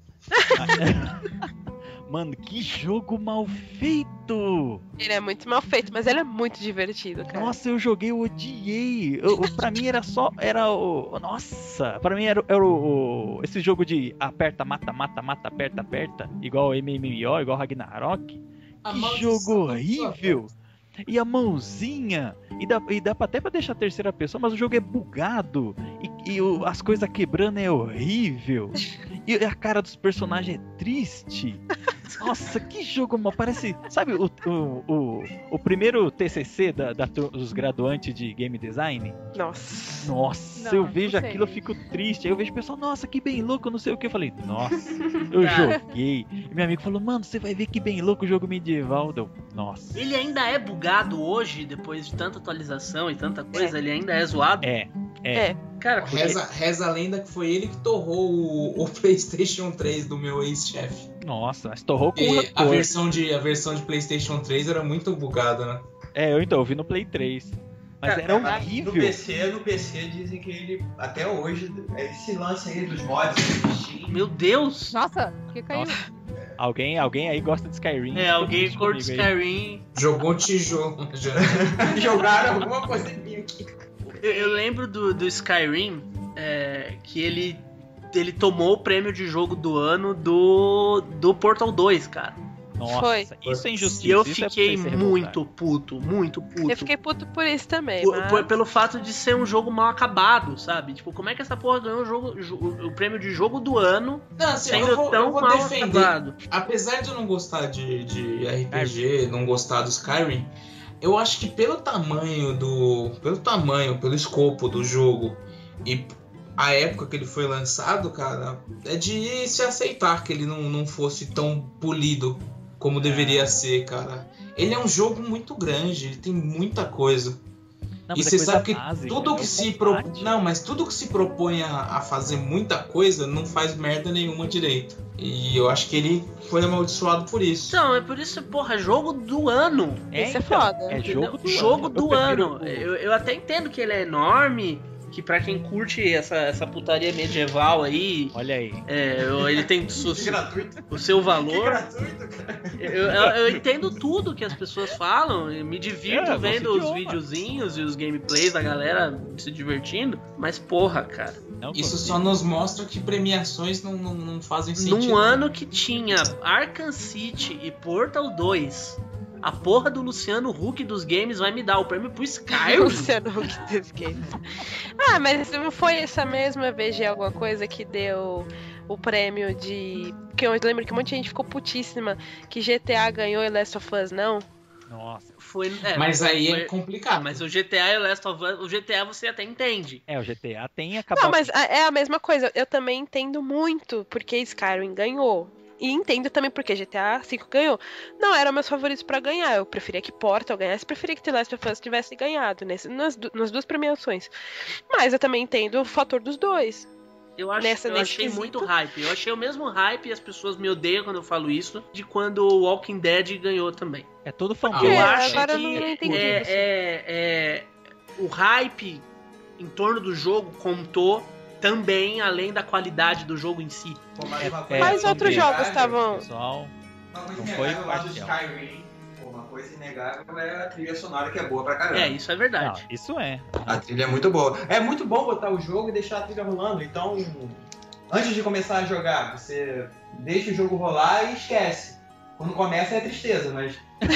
Mano, que jogo mal feito! Ele é muito mal feito, mas ele é muito divertido, cara. Nossa, eu joguei, eu odiei. Pra mim Nossa, pra mim era esse jogo de aperta, mata, aperta, igual MMO, igual Ragnarok. Que jogo horrível! E a mãozinha, e dá até pra deixar a terceira pessoa, mas o jogo é bugado, e as coisas quebrando é horrível, e a cara dos personagens é triste. Nossa, que jogo mal, parece, sabe o primeiro TCC dos graduantes de Game Design? Nossa, não, eu vejo aquilo, eu fico triste, aí eu vejo o pessoal, nossa, que bem louco, não sei o que, eu falei, nossa, eu joguei, e meu amigo falou, mano, você vai ver que bem louco o jogo medieval, nossa. Ele ainda é bugado hoje, depois de tanta atualização e tanta coisa, ele ainda é zoado? É. Cara, reza a lenda que foi ele que torrou o PlayStation 3 do meu ex-chefe. Nossa, mas torrou com a versão de PlayStation 3 era muito bugada, né? Eu vi no Play 3. Mas era horrível. No PC dizem que ele, até hoje, esse lance aí dos mods. Meu Deus! Nossa, que caiu? Nossa. Alguém aí gosta de Skyrim. Alguém curte Skyrim. Jogou um tijolo. Jogaram alguma coisa em mim aqui. Eu lembro do Skyrim, que ele tomou o prêmio de jogo do ano do Portal 2, cara. Nossa, isso é injustiça. E eu fiquei muito puto. Eu fiquei puto por isso também. Pelo fato de ser um jogo mal acabado, sabe? Tipo, como é que essa porra ganhou o prêmio de jogo do ano sendo tão mal acabado? Apesar de eu não gostar de RPG, não gostar do Skyrim, eu acho que pelo escopo do jogo e a época que ele foi lançado, cara, é de se aceitar que ele não fosse tão polido como deveria ser, cara. Ele é um jogo muito grande, ele tem muita coisa. E você sabe que tudo que se tudo que se propõe a fazer muita coisa não faz merda nenhuma direito. E eu acho que ele foi amaldiçoado por isso. Então, é por isso, porra, jogo do ano. Isso é foda. É jogo do ano. Eu até entendo que ele é enorme que pra quem curte essa putaria medieval aí... Olha aí. Ele tem o seu valor. Que gratuito, cara. Eu entendo tudo que as pessoas falam, e me divirto vendo os videozinhos e os gameplays da galera se divertindo, mas porra, cara. Isso só nos mostra que premiações não fazem sentido. Num ano que tinha Arkham City e Portal 2, a porra do Luciano Huck dos games vai me dar o prêmio pro Skyrim. Luciano Huck dos games. Mas não foi essa mesma VG alguma coisa que deu o prêmio de... Porque eu lembro que um monte de gente ficou putíssima que GTA ganhou e Last of Us não. Nossa. Mas aí é complicado. Mas o GTA e o Last of Us, o GTA você até entende. O GTA tem acabado. Não, mas é a mesma coisa. Eu também entendo muito porque Skyrim ganhou. E entendo também porque GTA V ganhou. Não eram meus favoritos pra ganhar. Eu preferia que Portal ganhasse, preferia que The Last of Us tivesse ganhado nas duas premiações. Mas eu também entendo o fator dos dois. Eu achei muito hype. Eu achei o mesmo hype, e as pessoas me odeiam quando eu falo isso, de quando o Walking Dead ganhou também. É todo fanboy. Eu acho agora que eu não entendi o hype em torno do jogo contou também, além da qualidade do jogo em si. Pô, Mas outros jogos estavam... Pessoal, uma coisa não foi inegável lá do parcial. Skyrim, uma coisa inegável é a trilha sonora, que é boa pra caramba. Isso é verdade. Não, isso é. A trilha é muito boa. É muito bom botar o jogo e deixar a trilha rolando. Então, antes de começar a jogar, você deixa o jogo rolar e esquece. Quando começa é tristeza, mas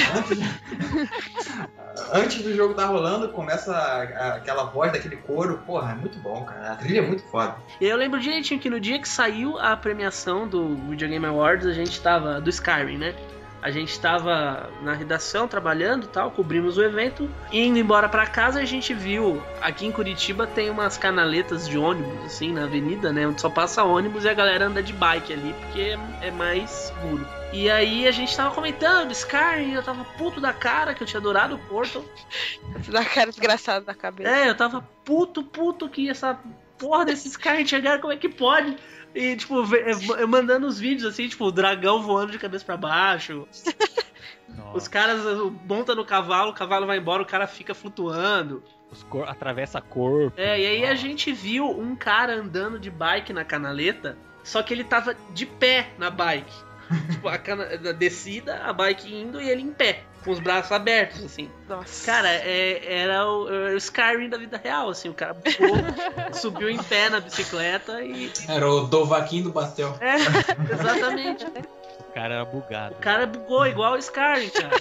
antes do jogo tá rolando, começa aquela voz daquele coro. Porra, é muito bom, cara. A trilha é muito foda. E eu lembro direitinho que no dia que saiu a premiação do Video Game Awards, a gente tava... do Skyrim, né? A gente tava na redação trabalhando e tal, cobrimos o evento, indo embora pra casa, a gente viu, aqui em Curitiba tem umas canaletas de ônibus, assim, na avenida, né, onde só passa ônibus e a galera anda de bike ali, porque é mais seguro. E aí a gente tava comentando Skyrim, eu tava puto da cara, que eu tinha adorado o Portal. Da cara desgraçada da cabeça. Eu tava puto que essa porra desse Skyrim chegaram, como é que pode? E, tipo, eu mandando os vídeos, assim, tipo, o dragão voando de cabeça pra baixo. Nossa. Os caras montam no cavalo, o cavalo vai embora, o cara fica flutuando. Atravessa corpo. E aí a gente viu um cara andando de bike na canaleta, só que ele tava de pé na bike. Tipo, a descida, a bike indo e ele em pé, com os braços abertos, assim. Nossa. Cara, era o Skyrim da vida real, assim. O cara bugou, subiu em pé na bicicleta e... Era o Dovahkiin do pastel. Exatamente. O cara era bugado. O cara bugou igual o Skyrim, cara.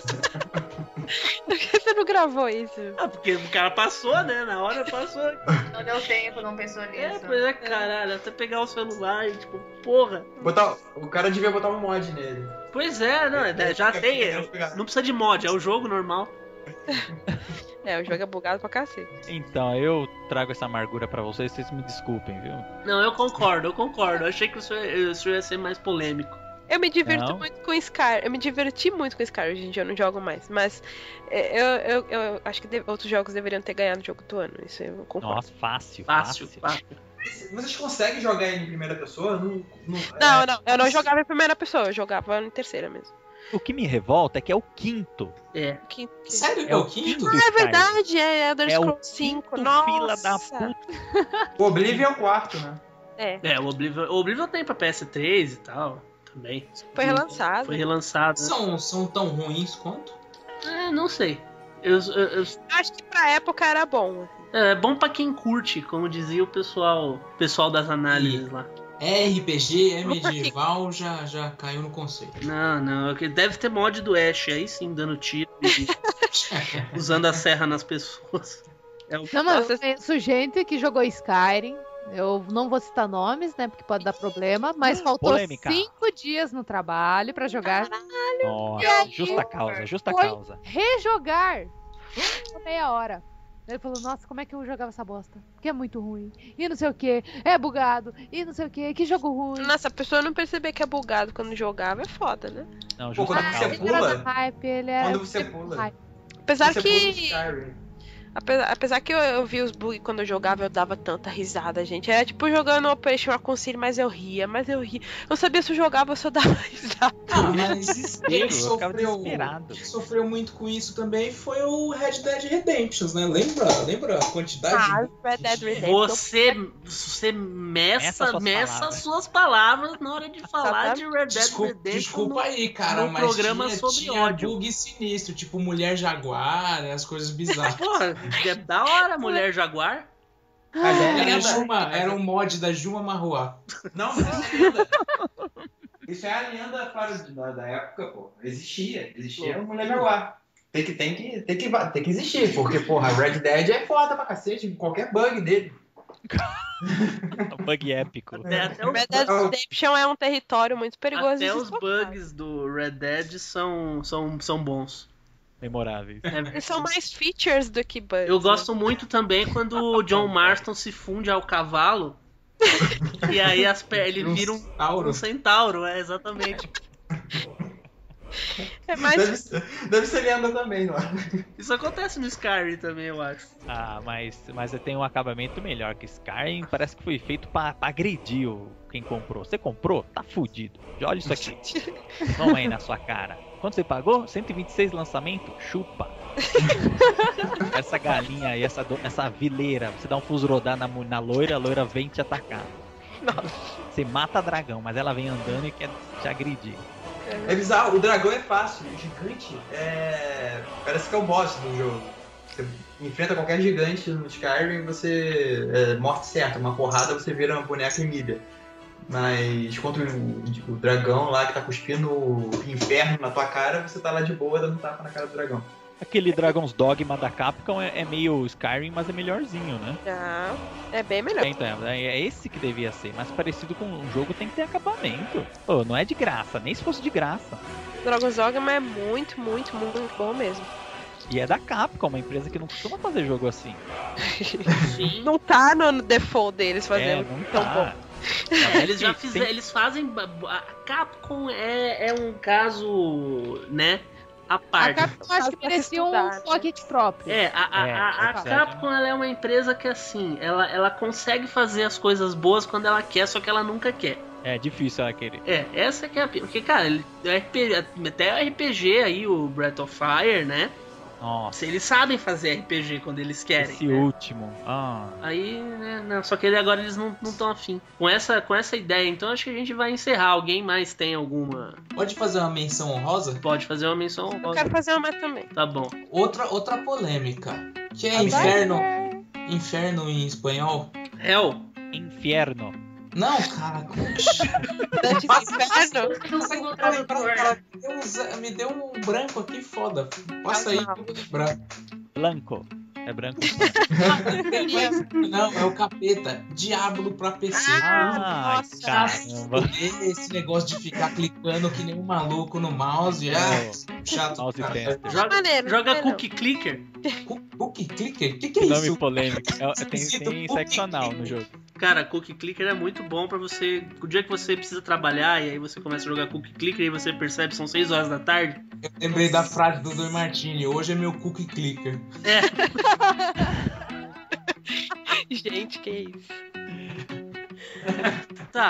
Por que você não gravou isso? Porque o cara passou, né? Na hora passou. Não deu tempo, não pensou nisso. Pois é, caralho. Até pegar o celular e, tipo, porra. O cara devia botar um mod nele. Pois é, não, já tem. Não precisa de mod, é o jogo normal. O jogo é bugado pra cacete. Então, eu trago essa amargura pra vocês me desculpem, viu? Não, eu concordo. Eu achei que isso ia ser mais polêmico. Eu me divirto muito com Skyrim. Eu me diverti muito com Skyrim, hoje em dia eu não jogo mais. Mas eu acho que outros jogos deveriam ter ganhado o jogo do ano. Isso eu concordo. Nossa, fácil. Vocês conseguem jogar ele em primeira pessoa? Não, eu não jogava em primeira pessoa, eu jogava em terceira mesmo. O que me revolta é que é o quinto. Sério que é o quinto? É verdade, é Elder Scrolls 5. Nossa. Fila da puta. O Oblivion é o quarto, né? O Oblivion tem pra PS3 e tal. Também. Foi relançado. Foi relançado. São tão ruins quanto? Não sei. Eu acho que pra época era bom. É bom pra quem curte, como dizia o pessoal das análises lá. RPG, medieval, já caiu no conceito. Não. Deve ter mod do Ash aí sim, dando tiro e usando a serra nas pessoas. Não, mas eu conheço gente que jogou Skyrim. Eu não vou citar nomes, né? Porque pode dar problema. Mas faltou polêmica. 5 dias no trabalho pra jogar. Nossa, justa causa. Rejogar. Meia hora. Ele falou, nossa, como é que eu jogava essa bosta? Porque é muito ruim. E não sei o que. É bugado. E não sei o que. Que jogo ruim. Nossa, a pessoa não perceber que é bugado quando jogava é foda, né? Não, justa quando causa. você pula... Hype, ele é Quando você pula... Apesar você que... Apesar que eu vi os bugs quando eu jogava, eu dava tanta risada, gente. Era tipo jogando Operation Raccoon City, mas eu ria. Eu sabia se eu jogava, eu só dava risada. Mas quem sofreu muito com isso também foi o Red Dead Redemption, né? Lembra a quantidade? Red Dead Redemption. Você meça as suas palavras na hora de falar de Red Dead Redemption. Desculpa aí, cara, mas programa sobre ódio. Bug sinistro, tipo Mulher Jaguar, as coisas bizarras. Porra, é da hora, Mulher Jaguar. Era um mod da Juma Marruá. Não, isso é lenda. Isso é a lenda da época, pô. Existia o Mulher Jaguar. Tem que existir, porque, porra, Red Dead é foda pra cacete, qualquer bug dele. Um bug épico. Red Dead Redemption é um território muito perigoso. Até os bugs do Red Dead são bons. Memoráveis. Eles são mais features do que bugs. Eu gosto muito também quando o John Marston se funde ao cavalo e aí ele vira um centauro, exatamente. É mais... deve ser lenda também, não é? Isso acontece no Skyrim também, eu acho. Mas tem um acabamento melhor que Skyrim. Parece que foi feito pra agredir quem comprou. Você comprou? Tá fudido. Olha isso aqui. Vamos aí na sua cara. Quanto você pagou? 126 lançamento? Chupa. Essa galinha aí, essa vileira. Você dá um fusrodar na loira, a loira vem te atacar. Nossa. Você mata dragão, mas ela vem andando e quer te agredir. É bizarro, o dragão é fácil, o gigante parece que é o boss do jogo. Você enfrenta qualquer gigante no Skyrim e você morte certa, uma porrada você vira uma boneca em milha. Mas contra o dragão lá que tá cuspindo o inferno na tua cara, você tá lá de boa dando tapa na cara do dragão. Aquele Dragon's Dogma da Capcom é meio Skyrim, mas é melhorzinho, né? É bem melhor. Então, é esse que devia ser, mas parecido com um jogo tem que ter acabamento. Pô, não é de graça, nem se fosse de graça. Dragon's Dogma é muito, muito, muito bom mesmo. E é da Capcom, uma empresa que não costuma fazer jogo assim. Não tá no default deles fazendo tão bom. Eles já fizeram, eles fazem. A Capcom é um caso, né? A parte. A Capcom acho que merecia um pocket próprio. A Capcom ela é uma empresa que assim, ela consegue fazer as coisas boas quando ela quer, só que ela nunca quer. É difícil ela querer. Essa que é a... Porque, cara, até o RPG aí, o Breath of Fire, né? Nossa. Eles sabem fazer RPG quando eles querem. Esse último. Aí, né? Não, só que agora eles não estão afim. Com essa ideia, então acho que a gente vai encerrar. Alguém mais tem alguma... Pode fazer uma menção honrosa? Pode fazer uma menção honrosa. Eu quero fazer uma também. Tá bom. Outra polêmica. Que é inferno em espanhol? Hell. Inferno. Não, cara. Me deu um branco aqui foda. Passa aí pra eu lembrar. Blanco. É branco. Não, é o capeta. Diablo pra PC. Nossa, caramba. Esse negócio de ficar clicando que nem um maluco no mouse. Chato. Mouse Joga Cookie Clicker. Cookie Clicker? Que é nome isso? polêmico. Tem sexo anal no jogo. Cara, Cookie Clicker é muito bom pra você... O dia que você precisa trabalhar e aí você começa a jogar Cookie Clicker e você percebe que são 6 horas da tarde. Eu lembrei da frase do Dom Martini. Hoje é meu Cookie Clicker. Gente, que isso? Tá.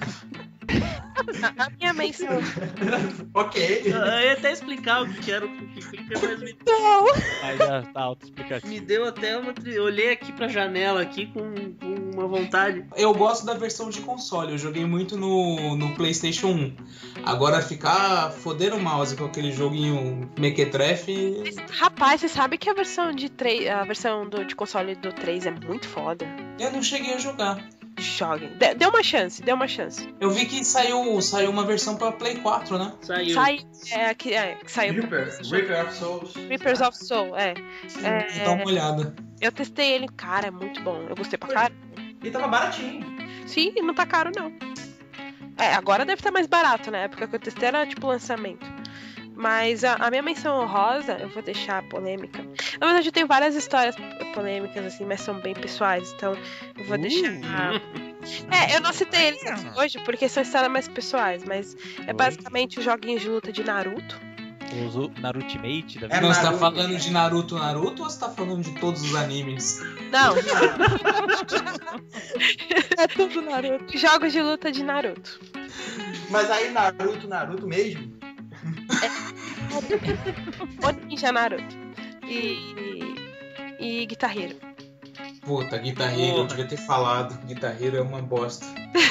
A minha menção. Ok. Eu ia até explicar o que era o Cookie Clicker, mas Aí já tá auto-explicativo. me deu até uma... Eu olhei aqui pra janela aqui com uma vontade. Eu gosto da versão de console. Eu joguei muito no PlayStation 1. Agora ficar fodendo o mouse com aquele joguinho mequetrefe... Rapaz, você sabe que a versão de console do 3 é muito foda. Eu não cheguei a jogar. Joguem. Dê uma chance. Eu vi que saiu uma versão pra Play 4, né? Saiu. Que saiu. Reaper of Souls. Reapers of Soul, Dá uma olhada. Eu testei ele, cara, é muito bom. Eu gostei pra caramba. E tava baratinho. Sim, não tá caro não. Agora deve estar mais barato, né? Na época que eu testei era tipo lançamento. Mas a minha menção honrosa, eu vou deixar polêmica. Na verdade, eu tenho várias histórias polêmicas, assim, mas são bem pessoais, então eu vou deixar. Eu não citei eles aqui hoje porque são histórias mais pessoais, mas é basicamente os joguinhos de luta de Naruto. O Narutimate da vida. É Não, você tá Naruto. falando de Naruto ou você tá falando de todos os animes? Não, É tudo Naruto. jogos de luta de Naruto. Mas aí Naruto mesmo? O Ninja Naruto. E Guitar Hero. Puta, Guitar Hero, eu devia ter falado. Guitar Hero é uma bosta.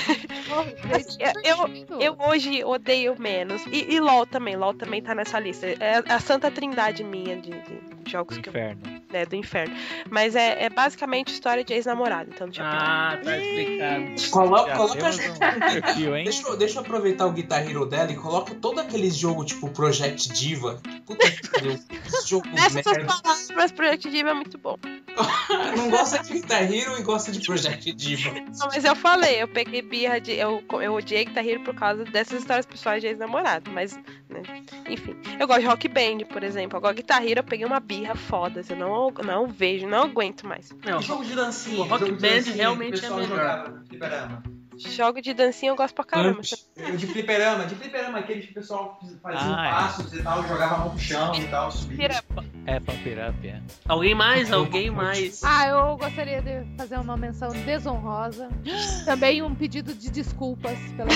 Eu hoje odeio menos. E LOL também. LOL também tá nessa lista. É a santa trindade minha de jogos Do que eu... inferno. Né, do inferno. Mas é basicamente história de ex-namorado. Então, tipo, Ah, tá explicado. Coloca temos um perfil, hein? Deixa eu aproveitar o Guitar Hero dela e coloca todo aqueles jogos tipo Project Diva. Puta que pariu. Esse jogo essas merda. palavras Project Diva é muito bom. Não gosta de Guitar Hero e gosta de Project Diva. Não, mas eu falei, eu peguei birra de. Eu odiei Guitar Hero por causa dessas histórias pessoais de ex-namorado. Mas, né, enfim. Eu gosto de Rock Band, por exemplo. Agora, Guitar Hero eu peguei uma birra foda. Eu não vejo, não aguento mais. Não, E jogo de dancinha? o Rock jogo de Band dancinha realmente que o pessoal é melhor. jogava no fliperama. Jogo de dancinha eu gosto pra caramba. De fliperama, aqueles que o pessoal fazia Ah, é. passos e tal, jogava a mão pro chão e tal, subia. É, Pump It Up, é. Alguém mais? Alguém mais? Ah, eu gostaria de fazer uma menção desonrosa. Também um pedido de desculpas pela.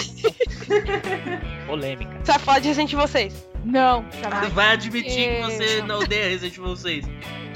Polêmica. Você pode de Resident Evil 6. Não, Você jamais. vai admitir que você Não. não odeia Resident Evil 6.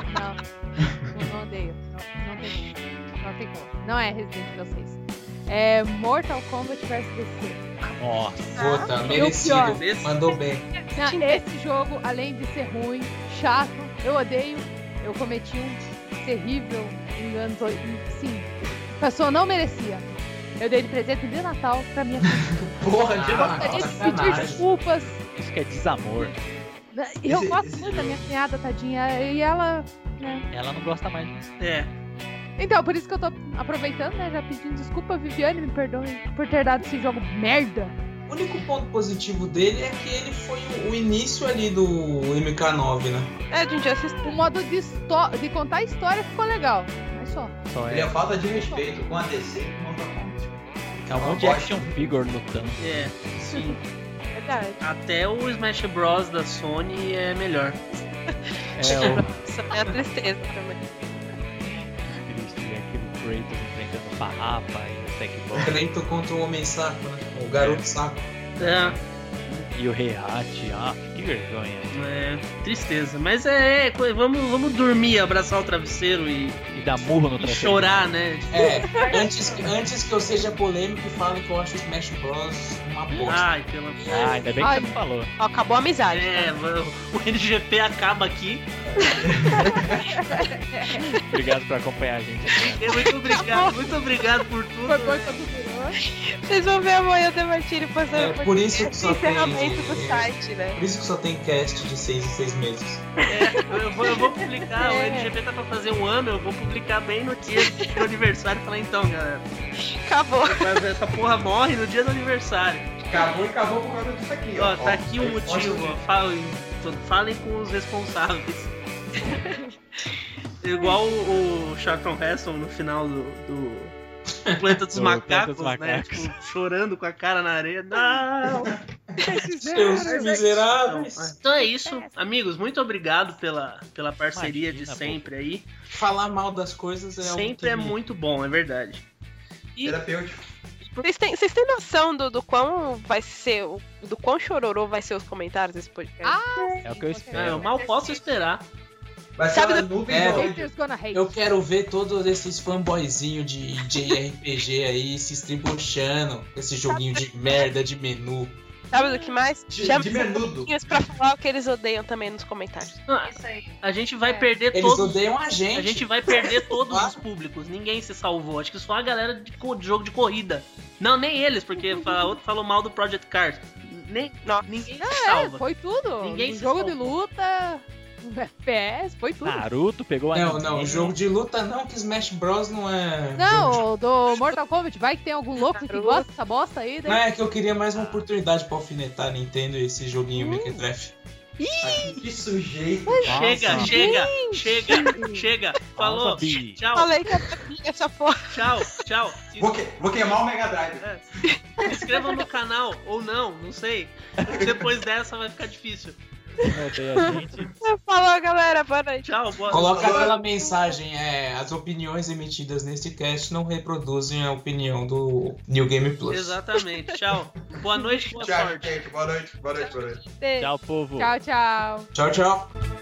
Não odeio. Não tem como. Não tem como. Não é Resident Evil 6. É Mortal Kombat vs DC. Nossa. Puta, pior. merecido. Mandou bem. Não, esse jogo, além de ser ruim, chato, eu odeio. Eu cometi um terrível engano. Sim, a pessoa não merecia. Eu dei de presente de Natal pra minha filha. Porra, Eu de gostaria de pedir sacanagem. desculpas. Isso que é desamor. Eu Esse- gosto esse muito da minha jogo. cunhada, tadinha, e ela. Né? Ela não gosta mais. É. Então, por isso que eu tô aproveitando, né? Já pedindo desculpa, Viviane, me perdoe por ter dado esse jogo merda. O único ponto positivo dele é que ele foi o início ali do MK9, né? É, de Injustice O modo de contar a história ficou legal, mas só. Só Ele é. é falta de respeito com a DC e com o Mortal Kombat. É um monte de action figure lutando. É, sim. verdade. Até o Smash Bros da Sony é melhor. É o Isso é a tristeza também. triste, aquele Kratos enfrentando o Parrapa e o O Sackboy. Kratos contra o Homem-Saco, né? O Garoto Saco. É, E o Heihachi, que vergonha. tristeza. Mas vamos dormir, abraçar o travesseiro e E dá murro no e traseiro. chorar, né? Antes que eu seja polêmico e fale que eu acho o Smash Bros uma bosta. Ai, pelo amor. Ah, ainda bem que Ai. você não falou. Ó, acabou a amizade. O NGP acaba aqui. Obrigado por acompanhar a gente. Muito obrigado por tudo. Foi bom que tudo virou. Vocês vão ver amanhã o Demartini passando É, por isso que só tem- encerramento do site, né? Por isso que só tem cast de 6 em 6 meses. Eu vou publicar, o NGP tá pra fazer um ano, eu vou publicar bem no dia do aniversário e falar, então, galera, Acabou. essa porra morre no dia do aniversário. Acabou por causa disso aqui, ó. Ó, tá aqui o Aí, motivo, ó. Falem com os responsáveis. Igual o Charlton Heston no final do Planeta dos Do Macacos, Planeta dos né? Macacos. Tipo, chorando com a cara na areia. Não! Seus miseráveis. Então é isso, amigos. Muito obrigado pela parceria Imagina, de sempre aí. Falar mal das coisas é algo Sempre que é muito bom, é verdade. E Terapêutico. Vocês têm noção do quão vai ser, do quão chororô vai ser os comentários desse podcast? É o que eu eu espero. mal posso esperar. Vai ser Sabe uma do- nuvem É, de ódio. Haters gonna hate. Eu quero ver todos esses fanboyzinhos de JRPG aí se estribuchando com esse joguinho de merda de menu. Sabe do que mais? Chama De menudo. os pra falar o que eles odeiam também nos comentários. Isso aí. A gente vai É. perder Eles todos. odeiam a gente. A gente vai perder todos Ah. os públicos. Ninguém se salvou. Acho que só a galera de jogo de corrida. Não, nem eles, porque outro falou mal do Project Cars. Ninguém se salva. Foi tudo. Ninguém Um se jogo de salvou. luta, um FPS, foi tudo. Naruto pegou a Não, Nintendo. não, jogo de luta não, que Smash Bros não é. Não, o do Mortal Kombat, vai que tem algum louco que Naruto. gosta dessa bosta aí. Não, Daí... é que eu queria mais uma oportunidade pra alfinetar a Nintendo e esse joguinho Mequetrefe. Que sujeito. Chega, chega. Falou. Nossa, Bi. Tchau, Falei que eu sabia essa porra. tchau. Vou queimar o Mega Drive. Se inscrevam no canal, ou não sei. Depois dessa vai ficar difícil. Odeia a gente. Falou, galera. Boa noite. Tchau, boa Coloca aquela mensagem, as opiniões emitidas neste cast não reproduzem a opinião do New Game Plus. Exatamente. Tchau. Boa noite, boa Tchau, sorte. gente. Boa noite. Beijo. Tchau, povo. Tchau, tchau. Tchau, tchau.